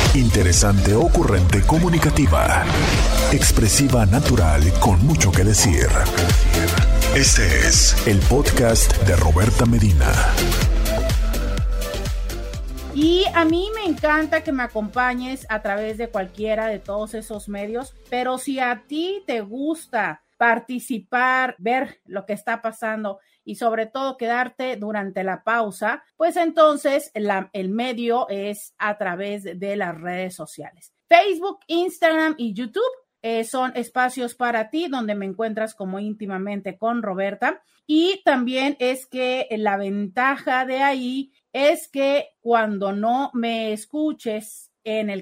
Interesante, ocurrente, comunicativa, expresiva, natural, con mucho que decir. Este es el podcast de Roberta Medina. Y a mí me encanta que me acompañes a través de cualquiera de todos esos medios, pero si a ti te gusta participar, ver lo que está pasando y sobre todo quedarte durante la pausa, pues entonces el medio es a través de las redes sociales. Facebook, Instagram y YouTube son espacios para ti donde me encuentras como íntimamente con Roberta. Y también es que la ventaja de ahí es que cuando no me escuches en el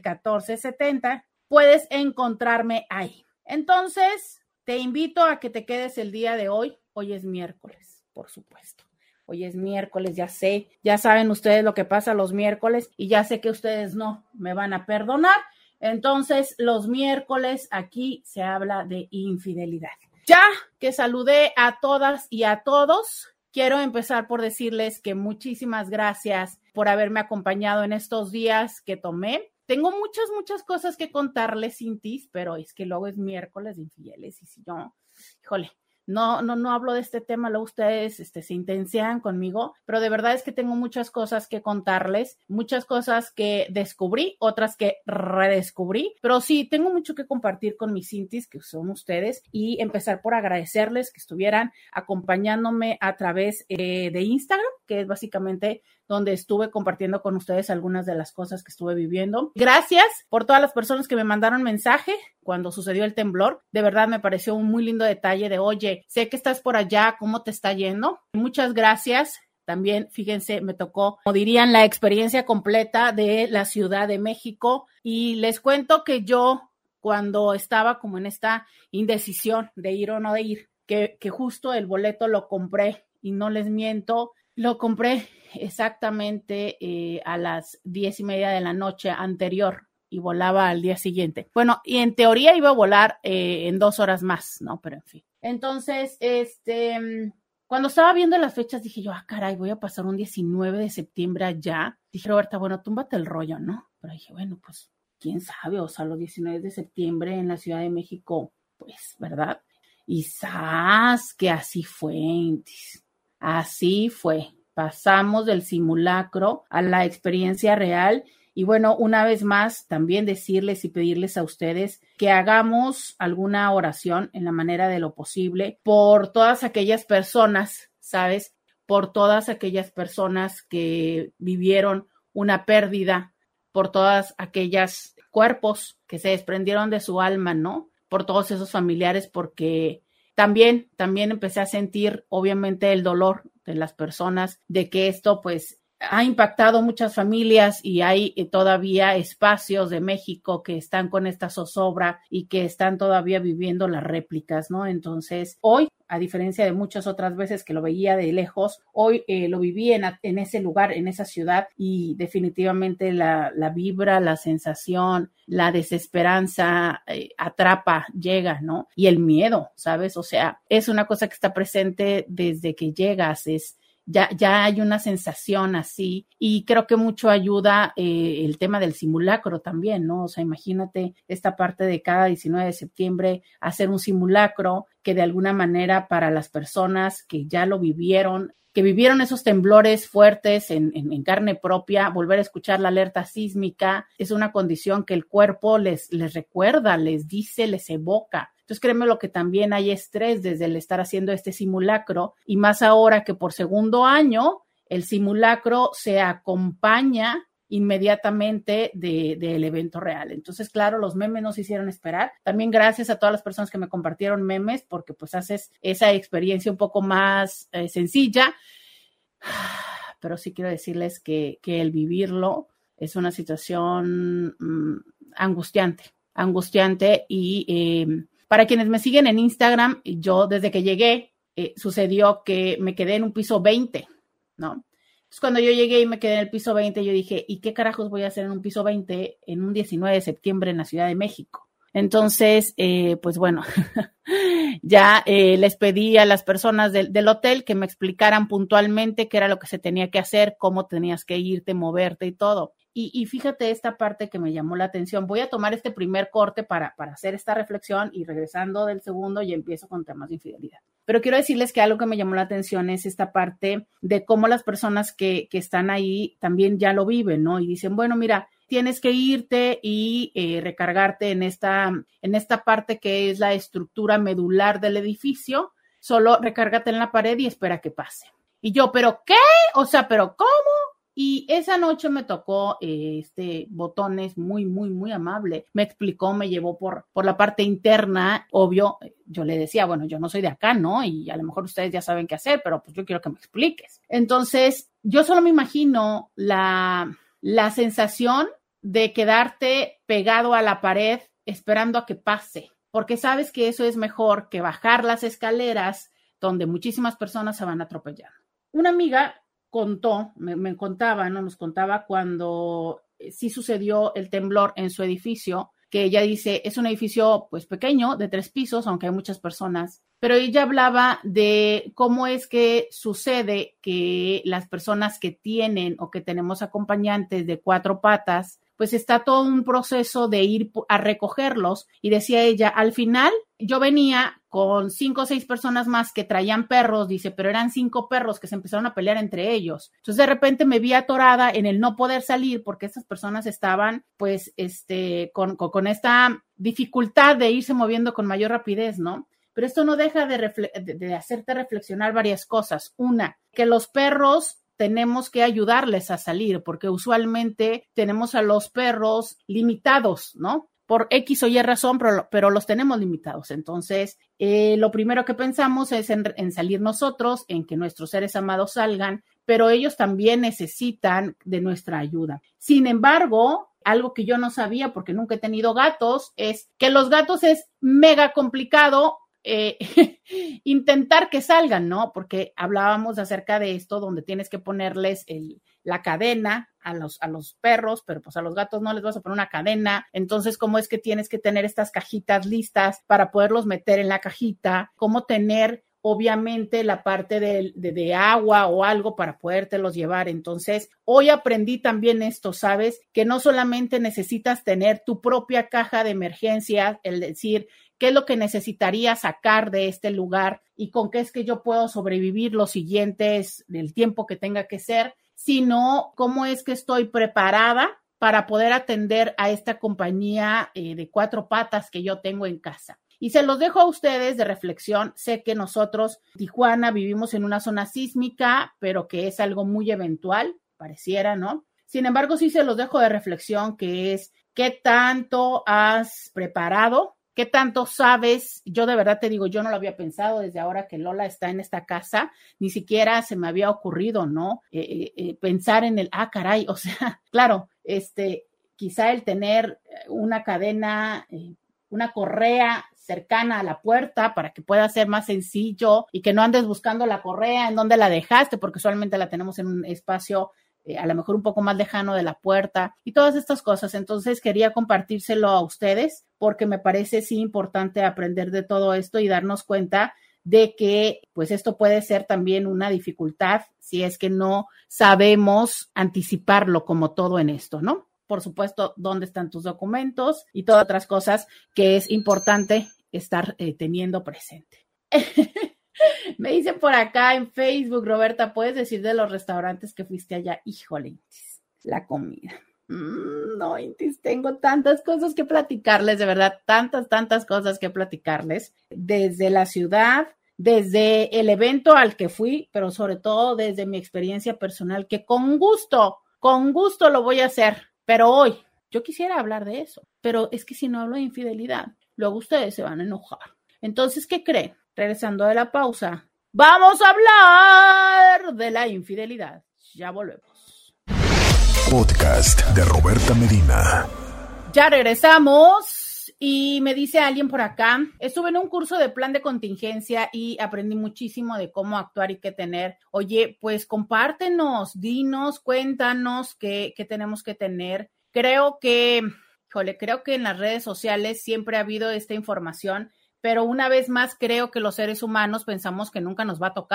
1470, puedes encontrarme ahí. Entonces, te invito a que te quedes el día de hoy. Hoy es miércoles, por supuesto. Hoy es miércoles, ya sé, ya saben ustedes lo que pasa los miércoles y ya sé que ustedes no me van a perdonar. Entonces, los miércoles aquí se habla de infidelidad. Ya que saludé a todas y a todos, quiero empezar por decirles que muchísimas gracias por haberme acompañado en estos días que tomé. Tengo muchas cosas que contarles, Cintis, pero es que luego es miércoles de infieles y si yo, híjole, no hablo de este tema, luego ustedes se intensean conmigo, pero de verdad es que tengo muchas cosas que contarles, muchas cosas que descubrí, otras que redescubrí, pero sí, tengo mucho que compartir con mis Cintis, que son ustedes, y empezar por agradecerles que estuvieran acompañándome a través de Instagram, que es básicamente donde estuve compartiendo con ustedes algunas de las cosas que estuve viviendo. Gracias por todas las personas que me mandaron mensaje cuando sucedió el temblor. De verdad me pareció un muy lindo detalle de, oye, sé que estás por allá, ¿cómo te está yendo? Muchas gracias. También, fíjense, me tocó, como dirían, la experiencia completa de la Ciudad de México. Y les cuento que yo, cuando estaba como en esta indecisión de ir o no de ir, que justo el boleto lo compré y no les miento, lo compré exactamente a las 10:30 de la noche anterior y volaba al día siguiente. Bueno, y en teoría iba a volar en 2 horas más, ¿no? Pero en fin. Entonces, cuando estaba viendo las fechas dije yo, caray, voy a pasar un 19 de septiembre allá. Dije, Roberta, bueno, túmbate el rollo, ¿no? Pero dije, bueno, pues, quién sabe, o sea, los 19 de septiembre en la Ciudad de México, pues, ¿verdad? Y ¡zas! Que así fue, así fue. Pasamos del simulacro a la experiencia real y bueno, una vez más también decirles y pedirles a ustedes que hagamos alguna oración en la manera de lo posible por todas aquellas personas, ¿sabes? Por todas aquellas personas que vivieron una pérdida, por todas aquellas cuerpos que se desprendieron de su alma, ¿no? Por todos esos familiares, porque también empecé a sentir obviamente el dolor de las personas, de que esto pues ha impactado muchas familias y hay todavía espacios de México que están con esta zozobra y que están todavía viviendo las réplicas, ¿no? Entonces, hoy, a diferencia de muchas otras veces que lo veía de lejos, hoy lo viví en ese lugar, en esa ciudad y definitivamente la vibra, la sensación, la desesperanza atrapa, llega, ¿no? Y el miedo, ¿sabes? O sea, es una cosa que está presente desde que llegas, ya hay una sensación así y creo que mucho ayuda el tema del simulacro también, ¿no? O sea, imagínate esta parte de cada 19 de septiembre hacer un simulacro que de alguna manera para las personas que ya lo vivieron, que vivieron esos temblores fuertes en carne propia, volver a escuchar la alerta sísmica es una condición que el cuerpo les recuerda, les dice, les evoca. Entonces, créeme lo que también hay estrés desde el estar haciendo este simulacro y más ahora que por segundo año el simulacro se acompaña inmediatamente del evento real. Entonces, claro, los memes nos hicieron esperar. También gracias a todas las personas que me compartieron memes porque pues haces esa experiencia un poco más sencilla. Pero sí quiero decirles que el vivirlo es una situación angustiante y para quienes me siguen en Instagram, yo desde que llegué sucedió que me quedé en un piso 20, ¿no? Entonces, cuando yo llegué y me quedé en el piso 20, yo dije, ¿y qué carajos voy a hacer en un piso 20 en un 19 de septiembre en la Ciudad de México? Entonces, pues bueno, ya les pedí a las personas del hotel que me explicaran puntualmente qué era lo que se tenía que hacer, cómo tenías que irte, moverte y todo. Y fíjate esta parte que me llamó la atención. Voy a tomar este primer corte para hacer esta reflexión y regresando del segundo y empiezo con temas de infidelidad. Pero quiero decirles que algo que me llamó la atención es esta parte de cómo las personas que están ahí también ya lo viven, ¿no? Y dicen, bueno, mira, tienes que irte y recargarte en esta parte que es la estructura medular del edificio. Solo recárgate en la pared y espera que pase. Y yo, ¿pero qué? O sea, ¿pero cómo? Y esa noche me tocó Botones muy, muy, muy amable. Me explicó, me llevó por la parte interna. Obvio, yo le decía, bueno, yo no soy de acá, ¿no? Y a lo mejor ustedes ya saben qué hacer, pero pues yo quiero que me expliques. Entonces, yo solo me imagino la sensación de quedarte pegado a la pared esperando a que pase, porque sabes que eso es mejor que bajar las escaleras donde muchísimas personas se van a atropellar. Una amiga nos contaba cuando sí sucedió el temblor en su edificio, que ella dice, es un edificio pues pequeño, de 3 pisos, aunque hay muchas personas, pero ella hablaba de cómo es que sucede que las personas que tienen o que tenemos acompañantes de 4 patas, pues está todo un proceso de ir a recogerlos. Y decía ella, al final yo venía con 5 o 6 personas más que traían perros, dice, pero eran 5 perros que se empezaron a pelear entre ellos. Entonces de repente me vi atorada en el no poder salir porque estas personas estaban pues con esta dificultad de irse moviendo con mayor rapidez, ¿no? Pero esto no deja de hacerte reflexionar varias cosas. Una, que los perros tenemos que ayudarles a salir, porque usualmente tenemos a los perros limitados, ¿no? Por X o Y razón, pero los tenemos limitados. Entonces, lo primero que pensamos es en salir nosotros, en que nuestros seres amados salgan, pero ellos también necesitan de nuestra ayuda. Sin embargo, algo que yo no sabía, porque nunca he tenido gatos, es que los gatos es mega complicado intentar que salgan, ¿no? Porque hablábamos acerca de esto, donde tienes que ponerles la cadena a los perros, pero pues a los gatos no les vas a poner una cadena. Entonces, ¿cómo es que tienes que tener estas cajitas listas para poderlos meter en la cajita? ¿Cómo tener obviamente la parte de agua o algo para podértelos llevar? Entonces, hoy aprendí también esto, ¿sabes? Que no solamente necesitas tener tu propia caja de emergencia, el decir, ¿qué es lo que necesitaría sacar de este lugar y con qué es que yo puedo sobrevivir los siguientes del tiempo que tenga que ser, sino cómo es que estoy preparada para poder atender a esta compañía de 4 patas que yo tengo en casa? Y se los dejo a ustedes de reflexión. Sé que nosotros, Tijuana, vivimos en una zona sísmica, pero que es algo muy eventual, pareciera, ¿no? Sin embargo, sí se los dejo de reflexión, que es qué tanto has preparado, qué tanto sabes. Yo de verdad te digo, yo no lo había pensado desde ahora que Lola está en esta casa, ni siquiera se me había ocurrido, ¿no? Pensar en caray, o sea, claro, quizá el tener una cadena, una correa cercana a la puerta para que pueda ser más sencillo y que no andes buscando la correa en donde la dejaste, porque usualmente la tenemos en un espacio a lo mejor un poco más lejano de la puerta y todas estas cosas. Entonces quería compartírselo a ustedes porque me parece sí importante aprender de todo esto y darnos cuenta de que pues esto puede ser también una dificultad si es que no sabemos anticiparlo como todo en esto, ¿no? Por supuesto, dónde están tus documentos y todas otras cosas que es importante estar teniendo presente. Me dicen por acá en Facebook, Roberta, ¿puedes decir de los restaurantes que fuiste allá? Híjole, la comida. No, Intis, tengo tantas cosas que platicarles, de verdad, tantas cosas que platicarles. Desde la ciudad, desde el evento al que fui, pero sobre todo desde mi experiencia personal, que con gusto lo voy a hacer. Pero hoy, yo quisiera hablar de eso, pero es que si no hablo de infidelidad, luego ustedes se van a enojar. Entonces, ¿qué creen? Regresando de la pausa, vamos a hablar de la infidelidad. Ya volvemos. Podcast de Roberta Medina. Ya regresamos y me dice alguien por acá, estuve en un curso de plan de contingencia y aprendí muchísimo de cómo actuar y qué tener. Oye, pues compártenos, dinos, cuéntanos qué tenemos que tener. Creo que en las redes sociales siempre ha habido esta información, pero una vez más creo que los seres humanos pensamos que nunca nos va a tocar.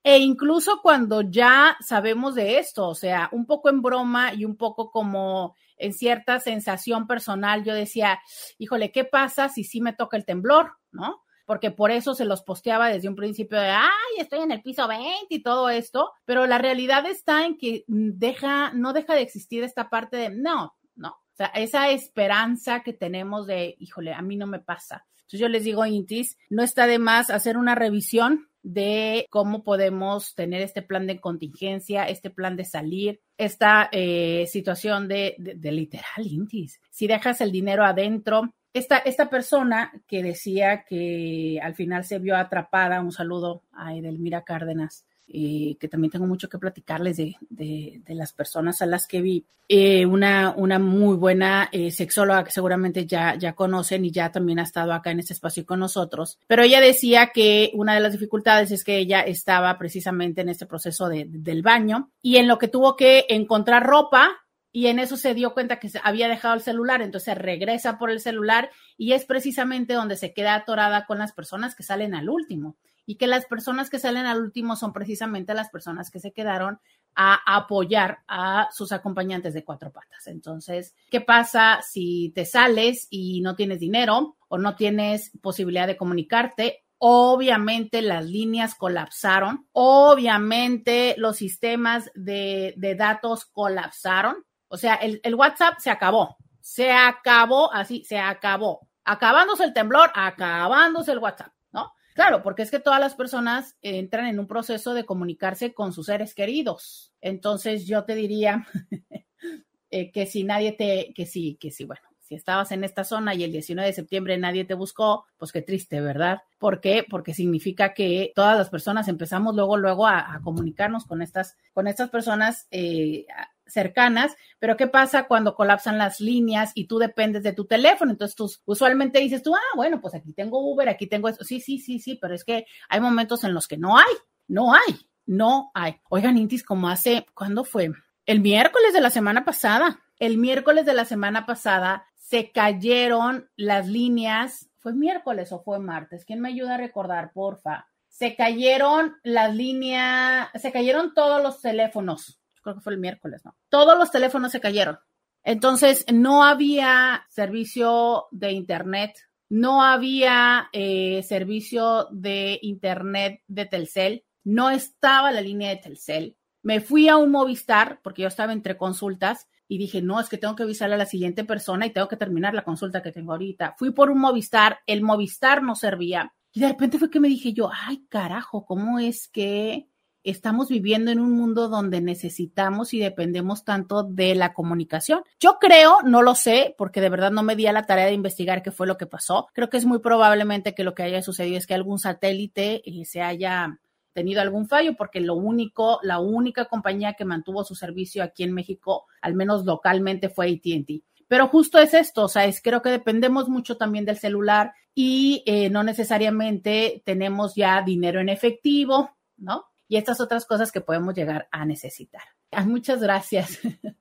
E incluso cuando ya sabemos de esto, o sea, un poco en broma y un poco como en cierta sensación personal, yo decía, híjole, ¿qué pasa si sí me toca el temblor? ¿No? Porque por eso se los posteaba desde un principio de, ay, estoy en el piso 20 y todo esto, pero la realidad está en que no deja de existir esta parte de, no, o sea, esa esperanza que tenemos de, híjole, a mí no me pasa. Entonces yo les digo, Intis, no está de más hacer una revisión de cómo podemos tener este plan de contingencia, este plan de salir, esta situación de literal, Intis. Si dejas el dinero adentro, esta persona que decía que al final se vio atrapada, un saludo a Edelmira Cárdenas, que también tengo mucho que platicarles de las personas a las que vi. Una muy buena sexóloga que seguramente ya conocen y ya también ha estado acá en este espacio con nosotros, pero ella decía que una de las dificultades es que ella estaba precisamente en este proceso del baño y en lo que tuvo que encontrar ropa, y en eso se dio cuenta que había dejado el celular, entonces regresa por el celular y es precisamente donde se queda atorada con las personas que salen al último. Y que las personas que salen al último son precisamente las personas que se quedaron a apoyar a sus acompañantes de cuatro patas. Entonces, ¿qué pasa si te sales y no tienes dinero o no tienes posibilidad de comunicarte? Obviamente las líneas colapsaron, obviamente los sistemas de datos colapsaron. O sea, el WhatsApp se acabó así, se acabó. Acabándose el temblor, acabándose el WhatsApp, ¿no? Claro, porque es que todas las personas entran en un proceso de comunicarse con sus seres queridos. Entonces yo te diría que si bueno, si estabas en esta zona y el 19 de septiembre nadie te buscó, pues qué triste, ¿verdad? ¿Por qué? Porque significa que todas las personas empezamos luego a comunicarnos con estas personas cercanas, pero ¿qué pasa cuando colapsan las líneas y tú dependes de tu teléfono? Entonces tú usualmente dices tú, bueno, pues aquí tengo Uber, aquí tengo esto. Sí, pero es que hay momentos en los que no hay. Oigan, Intis, ¿cuándo fue? El miércoles de la semana pasada se cayeron las líneas. ¿Fue miércoles o fue martes? ¿Quién me ayuda a recordar, porfa? Se cayeron las líneas, se cayeron todos los teléfonos. Creo que fue el miércoles, ¿no? Todos los teléfonos se cayeron. Entonces, no había servicio de internet, no había servicio de internet de Telcel, no estaba la línea de Telcel. Me fui a un Movistar, porque yo estaba entre consultas, y dije, no, es que tengo que avisarle a la siguiente persona y tengo que terminar la consulta que tengo ahorita. Fui por un Movistar, el Movistar no servía. Y de repente fue que me dije yo, ay, carajo, ¿cómo es que estamos viviendo en un mundo donde necesitamos y dependemos tanto de la comunicación? Yo creo, no lo sé, porque de verdad no me di a la tarea de investigar qué fue lo que pasó. Creo que es muy probablemente que lo que haya sucedido es que algún satélite se haya tenido algún fallo, porque la única compañía que mantuvo su servicio aquí en México, al menos localmente, fue AT&T. Pero justo es esto, o sea, creo que dependemos mucho también del celular y no necesariamente tenemos ya dinero en efectivo, ¿no? Y estas otras cosas que podemos llegar a necesitar. Ay, muchas gracias.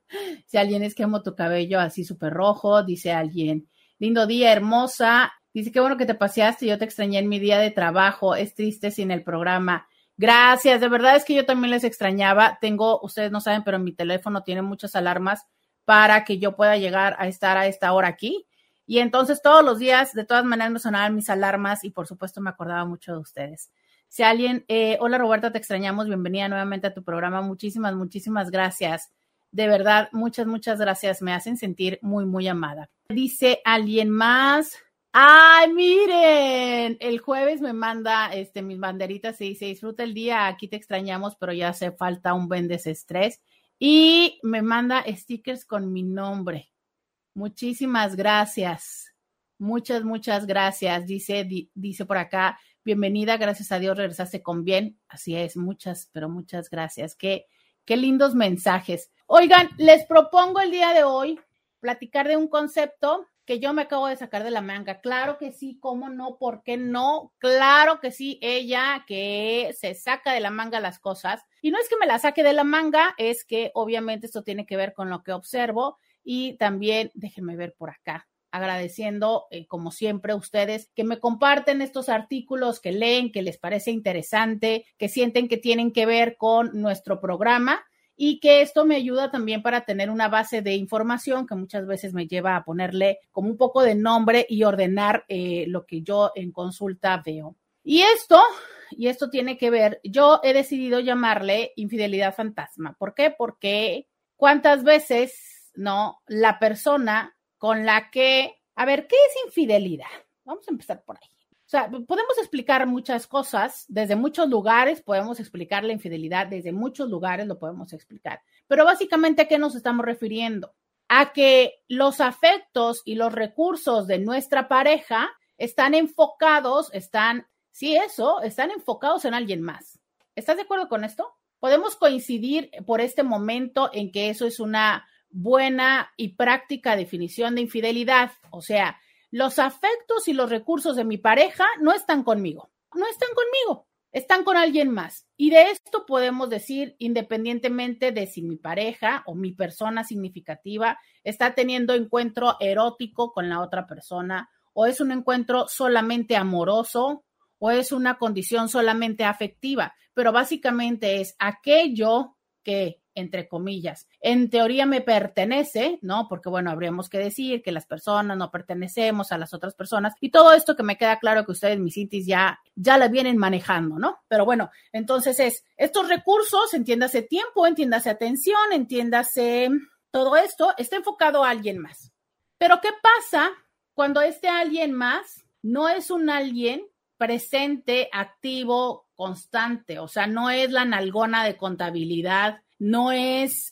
Si alguien es que amo tu cabello así súper rojo, dice alguien, lindo día, hermosa. Dice, qué bueno que te paseaste, yo te extrañé en mi día de trabajo, es triste sin el programa. Gracias, de verdad es que yo también les extrañaba. Ustedes no saben, pero mi teléfono tiene muchas alarmas para que yo pueda llegar a estar a esta hora aquí. Y entonces todos los días, de todas maneras, me sonaban mis alarmas y por supuesto me acordaba mucho de ustedes. Si alguien, hola Roberta, te extrañamos, bienvenida nuevamente a tu programa. Muchísimas gracias. De verdad, muchas gracias. Me hacen sentir muy, muy amada. Dice alguien más. ¡Ay, miren! El jueves me manda mis banderitas y dice, disfruta el día, aquí te extrañamos, pero ya hace falta un buen desestrés. Y me manda stickers con mi nombre. Muchísimas gracias. Muchas gracias. Dice por acá, bienvenida, gracias a Dios regresaste con bien. Así es, muchas gracias. Qué lindos mensajes. Oigan, les propongo el día de hoy platicar de un concepto que yo me acabo de sacar de la manga. Claro que sí, ¿cómo no? ¿Por qué no? Claro que sí, ella que se saca de la manga las cosas. Y no es que me la saque de la manga, es que obviamente esto tiene que ver con lo que observo. Y también, déjenme ver por acá. agradeciendo, como siempre, a ustedes que me comparten estos artículos, que leen, que les parece interesante, que sienten que tienen que ver con nuestro programa y que esto me ayuda también para tener una base de información que muchas veces me lleva a ponerle como un poco de nombre y ordenar lo que yo en consulta veo. Y esto tiene que ver, yo he decidido llamarle infidelidad fantasma. ¿Por qué? Porque cuántas veces, ¿no? La persona con la que, a ver, ¿qué es infidelidad? Vamos a empezar por ahí. O sea, podemos explicar muchas cosas desde muchos lugares, podemos explicar la infidelidad desde muchos lugares, lo podemos explicar. Pero básicamente, ¿a qué nos estamos refiriendo? A que los afectos y los recursos de nuestra pareja están enfocados, están enfocados en alguien más. ¿Estás de acuerdo con esto? Podemos coincidir por este momento en que eso es una buena y práctica definición de infidelidad. O sea, los afectos y los recursos de mi pareja no están conmigo, están con alguien más. Y de esto podemos decir, independientemente de si mi pareja o mi persona significativa está teniendo encuentro erótico con la otra persona, o es un encuentro solamente amoroso, o es una condición solamente afectiva, pero básicamente es aquello que, entre comillas, en teoría me pertenece, ¿no? Porque, bueno, habríamos que decir que las personas no pertenecemos a las otras personas y todo esto que me queda claro que ustedes, mis intis, ya la vienen manejando, ¿no? Pero bueno, entonces estos recursos, entiéndase tiempo, entiéndase atención, entiéndase todo esto, está enfocado a alguien más. Pero ¿qué pasa cuando este alguien más no es un alguien presente, activo, constante? O sea, no es la nalgona de contabilidad, no es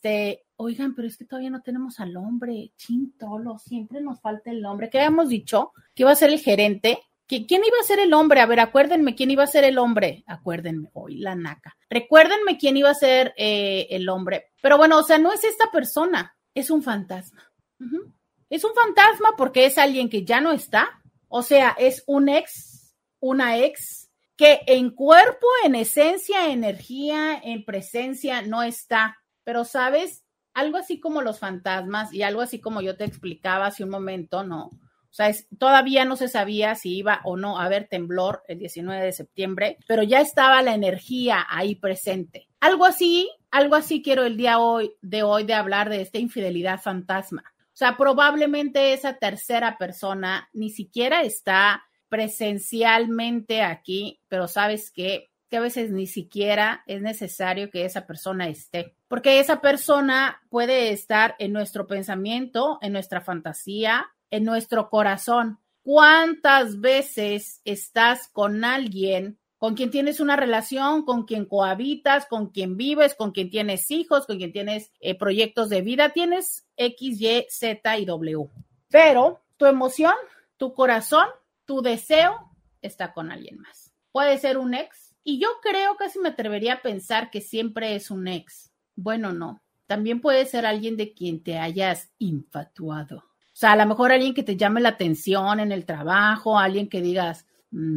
oigan, pero es que todavía no tenemos al hombre, chintolo, siempre nos falta el hombre. ¿Qué habíamos dicho? ¿Que iba a ser el gerente? ¿Quién iba a ser el hombre? A ver, acuérdenme quién iba a ser el hombre. Acuérdenme, hoy la naca. Recuérdenme quién iba a ser el hombre. Pero bueno, o sea, no es esta persona, es un fantasma. Uh-huh. Es un fantasma porque es alguien que ya no está, o sea, es un ex, una ex, que en cuerpo, en esencia, energía, en presencia no está. Pero, ¿sabes? Algo así como los fantasmas y algo así como yo te explicaba hace un momento, ¿no? O sea, todavía no se sabía si iba o no a haber temblor el 19 de septiembre, pero ya estaba la energía ahí presente. Algo así quiero el día de hoy de hablar de esta infidelidad fantasma. O sea, probablemente esa tercera persona ni siquiera está presencialmente aquí, pero ¿sabes qué? Que a veces ni siquiera es necesario que esa persona esté, porque esa persona puede estar en nuestro pensamiento, en nuestra fantasía, en nuestro corazón. ¿Cuántas veces estás con alguien con quien tienes una relación, con quien cohabitas, con quien vives, con quien tienes hijos, con quien tienes proyectos de vida? Tienes X, Y, Z y W. Pero tu emoción, tu corazón, tu deseo está con alguien más. Puede ser un ex, y yo creo, casi me atrevería a pensar que siempre es un ex. Bueno, no. También puede ser alguien de quien te hayas infatuado. O sea, a lo mejor alguien que te llame la atención en el trabajo, alguien que digas,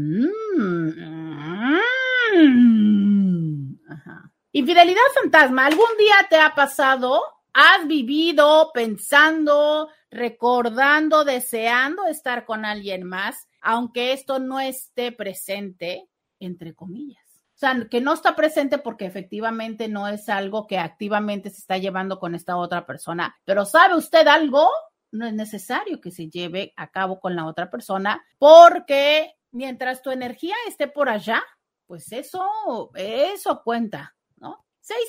ajá. Infidelidad fantasma. ¿Algún día te ha pasado? ¿Has vivido pensando, recordando, deseando estar con alguien más, aunque esto no esté presente, entre comillas? O sea, que no está presente porque efectivamente no es algo que activamente se está llevando con esta otra persona. Pero ¿sabe usted algo? No es necesario que se lleve a cabo con la otra persona, porque mientras tu energía esté por allá, pues eso cuenta, ¿no?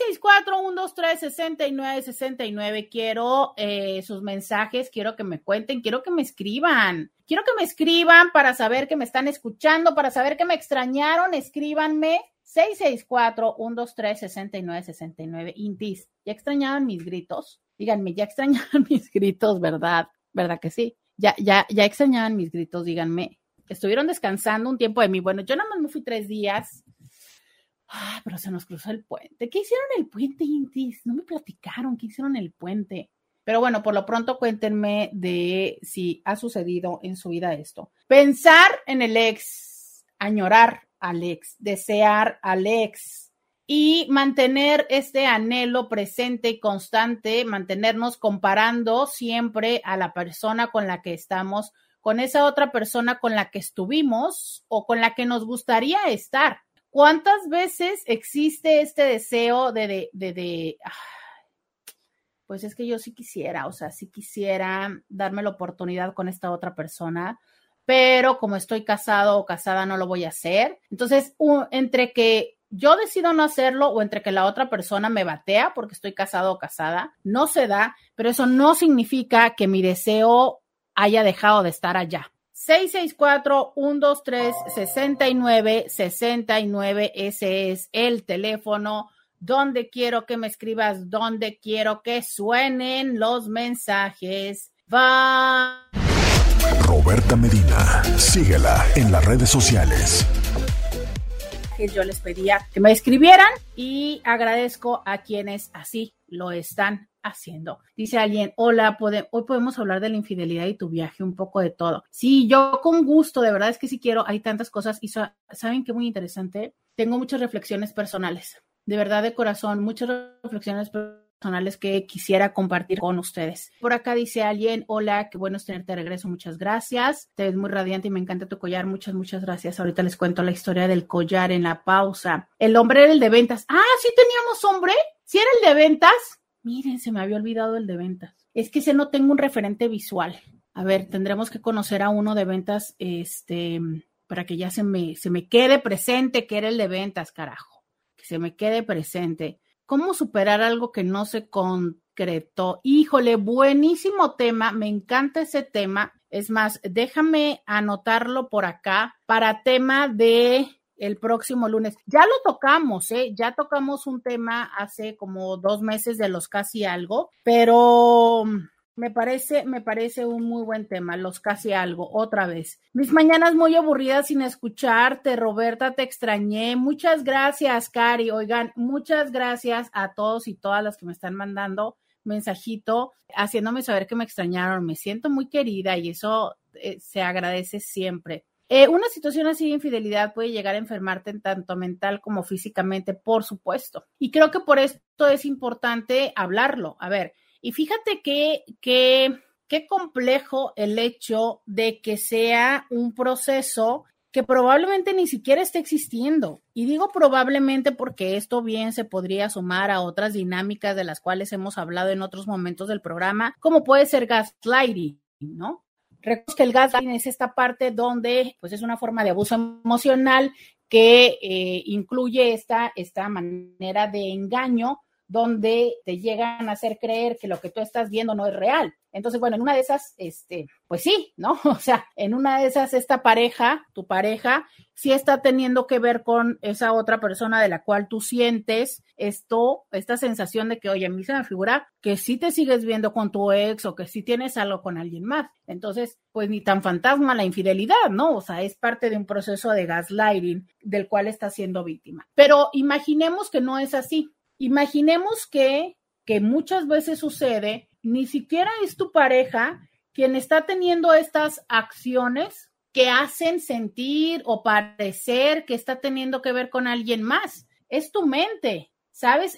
664-123-6969. Quiero sus mensajes, quiero que me cuenten, quiero que me escriban. Quiero que me escriban para saber que me están escuchando, para saber que me extrañaron. Escríbanme 664-123-6969. Intis, ¿ya extrañaban mis gritos? Díganme, ¿ya extrañaban mis gritos, verdad? ¿Verdad que sí? Ya extrañaban mis gritos, díganme. Estuvieron descansando un tiempo de mí. Bueno, yo nada más me fui 3 días. Pero se nos cruzó el puente. ¿Qué hicieron el puente, Intis? No me platicaron qué hicieron el puente. Pero bueno, por lo pronto cuéntenme de si ha sucedido en su vida esto. Pensar en el ex, añorar al ex, desear al ex, y mantener este anhelo presente y constante, mantenernos comparando siempre a la persona con la que estamos, con esa otra persona con la que estuvimos o con la que nos gustaría estar. ¿Cuántas veces existe este deseo pues es que yo sí quisiera, o sea, sí quisiera darme la oportunidad con esta otra persona, pero como estoy casado o casada no lo voy a hacer? Entonces, entre que yo decido no hacerlo o entre que la otra persona me batea porque estoy casado o casada, no se da, pero eso no significa que mi deseo haya dejado de estar allá. 664-123-6969, ese es el teléfono donde quiero que me escribas, donde quiero que suenen los mensajes. Va. Roberta Medina, síguela en las redes sociales. Yo les pedía que me escribieran y agradezco a quienes así lo están haciendo. Dice alguien, hola, hoy podemos hablar de la infidelidad y tu viaje, un poco de todo. Sí, yo con gusto, de verdad es que sí quiero, hay tantas cosas y ¿saben qué? Muy interesante, tengo muchas reflexiones personales, de verdad de corazón, muchas reflexiones personales que quisiera compartir con ustedes. Por acá dice alguien, hola, qué bueno es tenerte de regreso, muchas gracias, te ves muy radiante y me encanta tu collar, muchas gracias. Ahorita les cuento la historia del collar en la pausa. El hombre era el de ventas. ¿Sí teníamos hombre? ¿Sí era el de ventas? Miren, se me había olvidado el de ventas. Es que no tengo un referente visual. A ver, tendremos que conocer a uno de ventas, para que ya se me quede presente que era el de ventas, carajo. Que se me quede presente. ¿Cómo superar algo que no se concretó? Híjole, buenísimo tema, me encanta ese tema. Es más, déjame anotarlo por acá para tema de el próximo lunes. Ya lo tocamos, ya tocamos un tema hace como 2 meses de los casi algo, pero me parece un muy buen tema, los casi algo, otra vez. Mis mañanas muy aburridas sin escucharte, Roberta, te extrañé. Muchas gracias, Cari. Oigan, muchas gracias a todos y todas las que me están mandando mensajito, haciéndome saber que me extrañaron. Me siento muy querida y eso se agradece siempre. Una situación así de infidelidad puede llegar a enfermarte en tanto mental como físicamente, por supuesto. Y creo que por esto es importante hablarlo. A ver, y fíjate qué complejo el hecho de que sea un proceso que probablemente ni siquiera esté existiendo. Y digo probablemente porque esto bien se podría sumar a otras dinámicas de las cuales hemos hablado en otros momentos del programa, como puede ser gaslighting, ¿no? Recuerda que el gaslighting es esta parte donde pues es una forma de abuso emocional que incluye esta manera de engaño donde te llegan a hacer creer que lo que tú estás viendo no es real. Entonces, bueno, en una de esas, pues sí, ¿no? O sea, en una de esas, tu pareja, sí está teniendo que ver con esa otra persona de la cual tú sientes esta sensación de que, oye, a mí se me figura que sí te sigues viendo con tu ex o que sí tienes algo con alguien más. Entonces, pues ni tan fantasma la infidelidad, ¿no? O sea, es parte de un proceso de gaslighting del cual está siendo víctima. Pero imaginemos que no es así. Imaginemos que muchas veces sucede, ni siquiera es tu pareja quien está teniendo estas acciones que hacen sentir o parecer que está teniendo que ver con alguien más. Es tu mente, ¿sabes?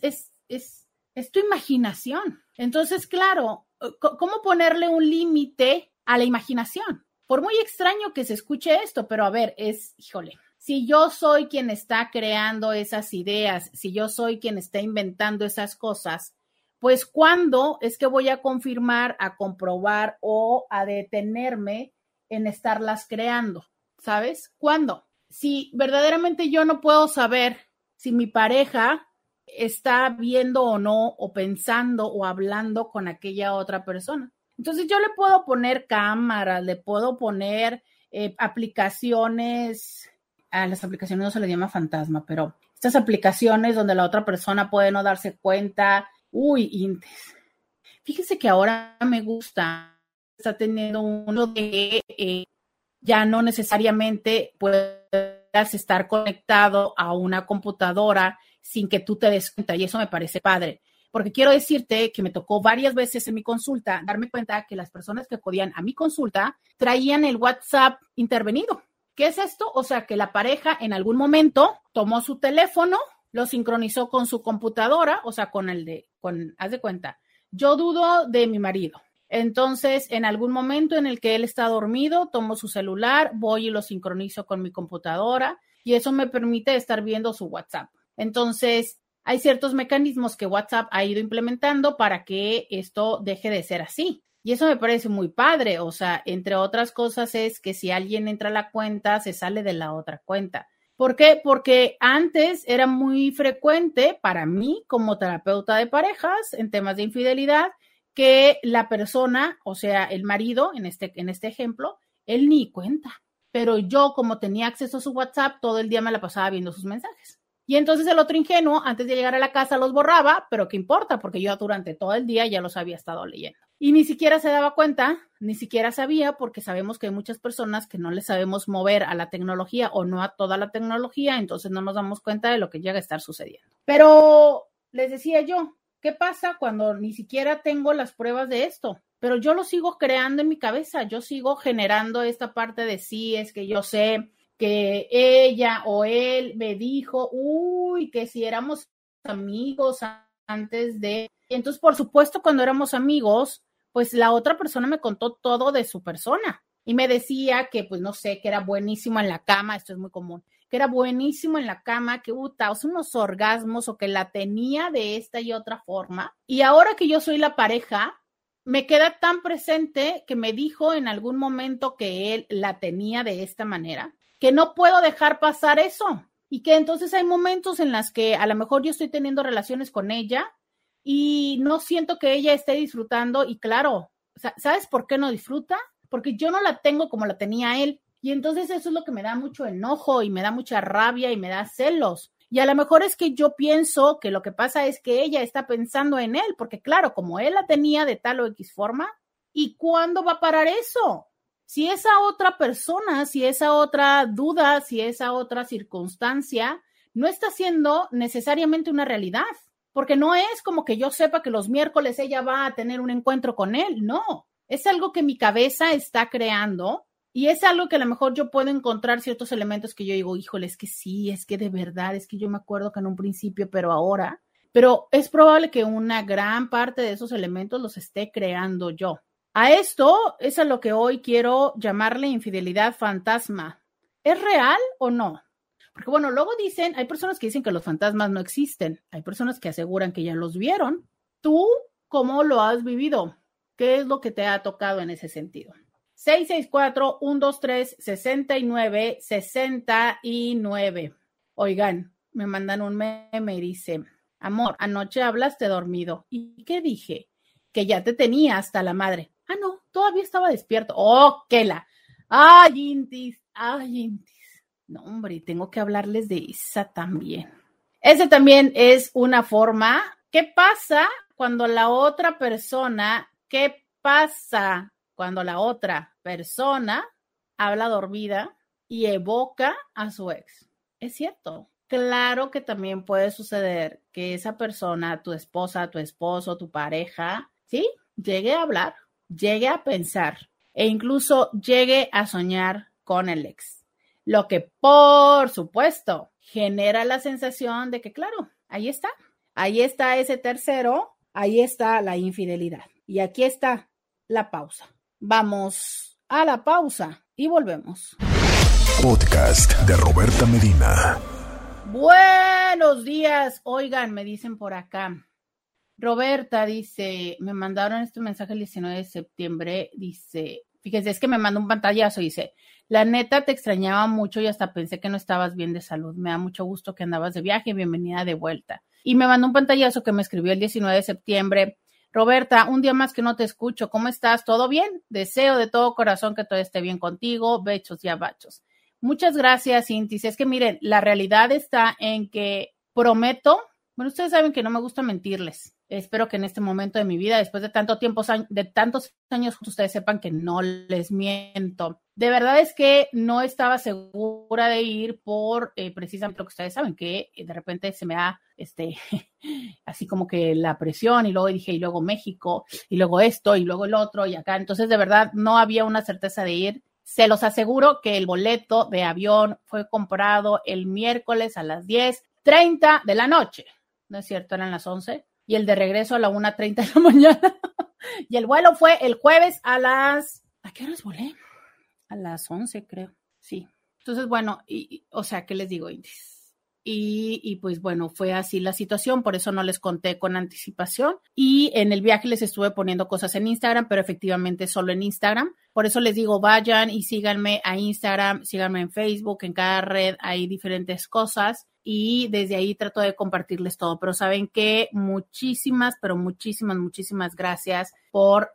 Es tu imaginación. Entonces, claro, ¿cómo ponerle un límite a la imaginación? Por muy extraño que se escuche esto, pero a ver, híjole. Si yo soy quien está creando esas ideas, si yo soy quien está inventando esas cosas, pues ¿cuándo es que voy a confirmar, a comprobar o a detenerme en estarlas creando? ¿Sabes? ¿Cuándo? Si verdaderamente yo no puedo saber si mi pareja está viendo o no, o pensando o hablando con aquella otra persona. Entonces yo le puedo poner cámaras, le puedo poner aplicaciones. A las aplicaciones no se le llama fantasma, pero estas aplicaciones donde la otra persona puede no darse cuenta. Fíjese que ahora me gusta, está teniendo uno de ya no necesariamente puedas estar conectado a una computadora sin que tú te des cuenta, y eso me parece padre. Porque quiero decirte que me tocó varias veces en mi consulta darme cuenta que las personas que acudían a mi consulta traían el WhatsApp intervenido. ¿Qué es esto? O sea, que la pareja en algún momento tomó su teléfono lo sincronizó con su computadora, o sea, haz de cuenta, yo dudo de mi marido. Entonces, en algún momento en el que él está dormido, tomo su celular, voy y lo sincronizo con mi computadora y eso me permite estar viendo su WhatsApp. Entonces, hay ciertos mecanismos que WhatsApp ha ido implementando para que esto deje de ser así. Y eso me parece muy padre. O sea, entre otras cosas es que si alguien entra a la cuenta, se sale de la otra cuenta. ¿Por qué? Porque antes era muy frecuente para mí como terapeuta de parejas en temas de infidelidad que la persona, o sea, el marido, en este ejemplo, él ni cuenta. Pero yo, como tenía acceso a su WhatsApp, todo el día me la pasaba viendo sus mensajes. Y entonces el otro ingenuo, antes de llegar a la casa, los borraba, pero ¿qué importa? Porque yo durante todo el día ya los había estado leyendo. Y ni siquiera se daba cuenta, ni siquiera sabía, porque sabemos que hay muchas personas que no les sabemos mover a la tecnología o no a toda la tecnología, entonces no nos damos cuenta de lo que llega a estar sucediendo. Pero les decía yo, ¿qué pasa cuando ni siquiera tengo las pruebas de esto? Pero yo lo sigo creando en mi cabeza, yo sigo generando esta parte de sí, es que yo sé que ella o él me dijo, que si éramos amigos antes de... Y entonces, por supuesto, cuando éramos amigos, pues la otra persona me contó todo de su persona y me decía que, pues no sé, que era buenísimo en la cama, esto es muy común, que era buenísimo en la cama, que unos orgasmos o que la tenía de esta y otra forma. Y ahora que yo soy la pareja, me queda tan presente que me dijo en algún momento que él la tenía de esta manera, que no puedo dejar pasar eso. Y que entonces hay momentos en los que a lo mejor yo estoy teniendo relaciones con ella y no siento que ella esté disfrutando. Y claro, ¿sabes por qué no disfruta? Porque yo no la tengo como la tenía él. Y entonces eso es lo que me da mucho enojo y me da mucha rabia y me da celos. Y a lo mejor es que yo pienso que lo que pasa es que ella está pensando en él, porque claro, como él la tenía de tal o X forma, ¿y cuándo va a parar eso? Si esa otra persona, si esa otra duda, si esa otra circunstancia no está siendo necesariamente una realidad, porque no es como que yo sepa que los miércoles ella va a tener un encuentro con él, no, es algo que mi cabeza está creando y es algo que a lo mejor yo puedo encontrar ciertos elementos que yo digo, híjole, es que sí, es que de verdad, es que yo me acuerdo que en un principio, pero es probable que una gran parte de esos elementos los esté creando yo. A esto es a lo que hoy quiero llamarle infidelidad fantasma. ¿Es real o no? Porque bueno, luego hay personas que dicen que los fantasmas no existen. Hay personas que aseguran que ya los vieron. ¿Tú cómo lo has vivido? ¿Qué es lo que te ha tocado en ese sentido? 664-123-6969. Oigan, me mandan un meme y dice, amor, anoche hablaste dormido. ¿Y qué dije? Que ya te tenía hasta la madre. Ah, no, todavía estaba despierto. ¡Oh, ¡Ay, Intis! No, hombre, tengo que hablarles de esa también. Ese también es una forma. ¿Qué pasa cuando la otra persona habla dormida y evoca a su ex? Es cierto. Claro que también puede suceder que esa persona, tu esposa, tu esposo, tu pareja, ¿sí? Llegue a hablar, llegue a pensar e incluso llegue a soñar con el ex. Lo que, por supuesto, genera la sensación de que, claro, ahí está ese tercero, ahí está la infidelidad. Y aquí está la pausa. Vamos a la pausa y volvemos. Podcast de Roberta Medina. Buenos días. Oigan, me dicen por acá. Roberta dice, me mandaron este mensaje el 19 de septiembre, dice, fíjense, es que me mandó un pantallazo, dice, la neta te extrañaba mucho y hasta pensé que no estabas bien de salud, me da mucho gusto que andabas de viaje, bienvenida de vuelta. Y me mandó un pantallazo que me escribió el 19 de septiembre, Roberta, un día más que no te escucho, ¿cómo estás? ¿Todo bien? Deseo de todo corazón que todo esté bien contigo, bechos y abachos. Muchas gracias, Intis, es que miren, la realidad está en que prometo, bueno, ustedes saben que no me gusta mentirles. Espero que en este momento de mi vida, después de tantos años, ustedes sepan que no les miento. De verdad es que no estaba segura de ir por precisamente lo que ustedes saben, que de repente se me da así como que la presión y luego dije, y luego México, y luego esto, y luego el otro, y acá. Entonces, de verdad, no había una certeza de ir. Se los aseguro que el boleto de avión fue comprado el miércoles a las 10:30 1:30 de la noche. No es cierto, eran las 11. Y el de regreso a la 1:30 de la mañana. Y el vuelo fue el jueves ¿a qué horas volé? A las 11, creo. Sí. Entonces, bueno, o sea, ¿qué les digo, indies? Y pues bueno, fue así la situación, por eso no les conté con anticipación. Y en el viaje les estuve poniendo cosas en Instagram, pero efectivamente solo en Instagram. Por eso les digo, vayan y síganme a Instagram, síganme en Facebook, en cada red hay diferentes cosas. Y desde ahí trato de compartirles todo. Pero saben que muchísimas gracias por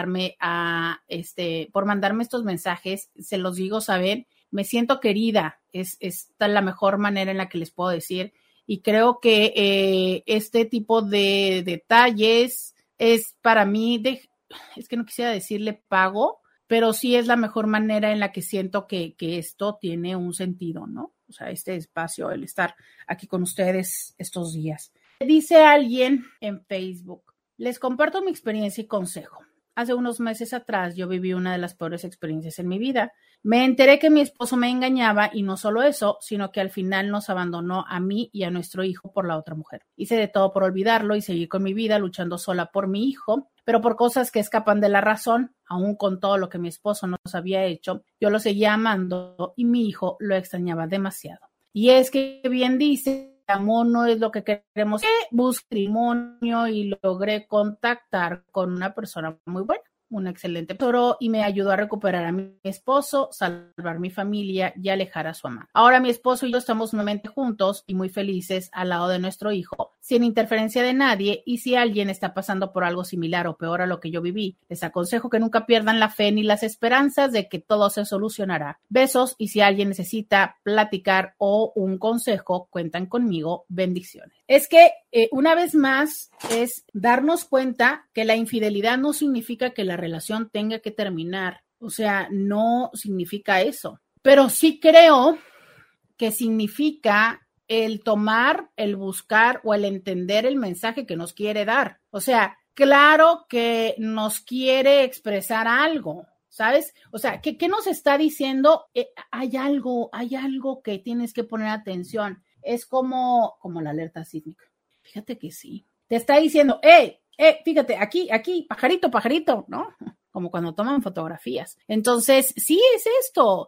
por mandarme estos mensajes. Se los digo, ¿saben? Me siento querida, es la mejor manera en la que les puedo decir. Y creo que este tipo de detalles es para mí, es que no quisiera decirle pago, pero sí es la mejor manera en la que siento que esto tiene un sentido, ¿no? O sea, este espacio, el estar aquí con ustedes estos días. Dice alguien en Facebook, les comparto mi experiencia y consejo. Hace unos meses atrás yo viví una de las peores experiencias en mi vida. Me enteré que mi esposo me engañaba y no solo eso, sino que al final nos abandonó a mí y a nuestro hijo por la otra mujer. Hice de todo por olvidarlo y seguí con mi vida luchando sola por mi hijo, pero por cosas que escapan de la razón, aún con todo lo que mi esposo nos había hecho, yo lo seguía amando y mi hijo lo extrañaba demasiado. Y es que bien dice, el amor no es lo que queremos. Busqué matrimonio y logré contactar con una persona muy buena, un excelente tesoro, y me ayudó a recuperar a mi esposo, salvar mi familia y alejar a su amante. Ahora mi esposo y yo estamos nuevamente juntos y muy felices al lado de nuestro hijo, sin interferencia de nadie, y si alguien está pasando por algo similar o peor a lo que yo viví, les aconsejo que nunca pierdan la fe ni las esperanzas de que todo se solucionará. Besos, y si alguien necesita platicar o un consejo, cuentan conmigo. Bendiciones. Es que una vez más es darnos cuenta que la infidelidad no significa que la relación tenga que terminar. O sea, no significa eso. Pero sí creo que significa el tomar, el buscar o el entender el mensaje que nos quiere dar. O sea, claro que nos quiere expresar algo, ¿sabes? O sea, ¿qué nos está diciendo? Hay algo que tienes que poner atención. Es como la alerta sísmica. Fíjate que sí. Te está diciendo, fíjate, aquí, pajarito, ¿no? Como cuando toman fotografías. Entonces, sí es esto.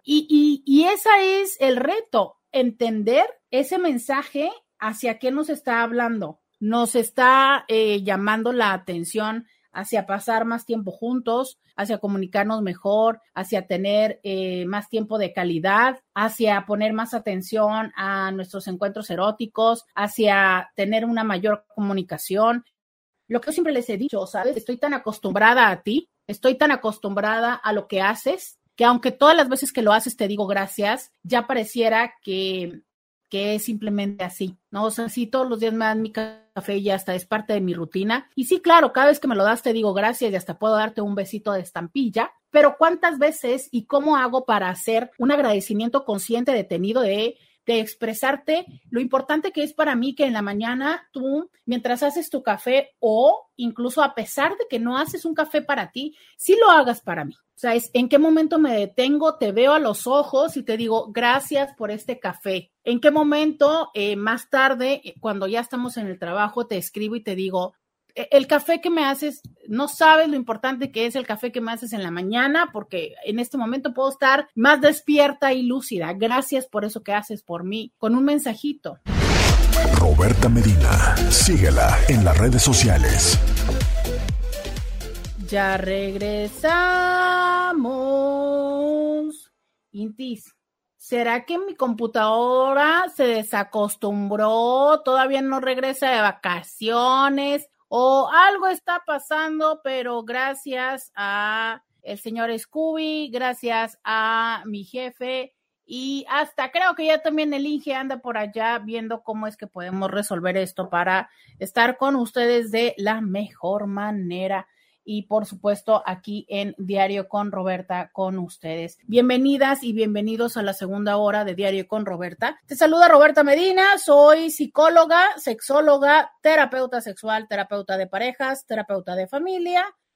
Y ese es el reto, entender ese mensaje hacia qué nos está hablando. Nos está llamando la atención hacia pasar más tiempo juntos, hacia comunicarnos mejor, hacia tener más tiempo de calidad, hacia poner más atención a nuestros encuentros eróticos, hacia tener una mayor comunicación. Lo que yo siempre les he dicho, ¿sabes? Estoy tan acostumbrada a ti, estoy tan acostumbrada a lo que haces, que aunque todas las veces que lo haces te digo gracias, ya pareciera que es simplemente así, ¿no? O sea, sí, todos los días me dan mi café y ya hasta es parte de mi rutina. Y sí, claro, cada vez que me lo das te digo gracias y hasta puedo darte un besito de estampilla, pero ¿cuántas veces y cómo hago para hacer un agradecimiento consciente, detenido de expresarte lo importante que es para mí que en la mañana tú, mientras haces tu café o incluso a pesar de que no haces un café para ti, sí lo hagas para mí? O sea, es en qué momento me detengo, te veo a los ojos y te digo, gracias por este café. En qué momento más tarde, cuando ya estamos en el trabajo, te escribo y te digo, el café que me haces, no sabes lo importante que es el café que me haces en la mañana, porque en este momento puedo estar más despierta y lúcida. Gracias por eso que haces por mí, con un mensajito. Roberta Medina, síguela en las redes sociales. Ya regresamos. Intis, ¿será que mi computadora se desacostumbró? ¿Todavía no regresa de vacaciones? O algo está pasando, pero gracias a el señor Scooby, gracias a mi jefe y hasta creo que ya también el Inge anda por allá viendo cómo es que podemos resolver esto para estar con ustedes de la mejor manera. Y por supuesto aquí en Diario con Roberta con ustedes. Bienvenidas y bienvenidos a la segunda hora de Diario con Roberta. Te saluda Roberta Medina, soy psicóloga, sexóloga, terapeuta sexual, terapeuta de parejas, terapeuta de familia,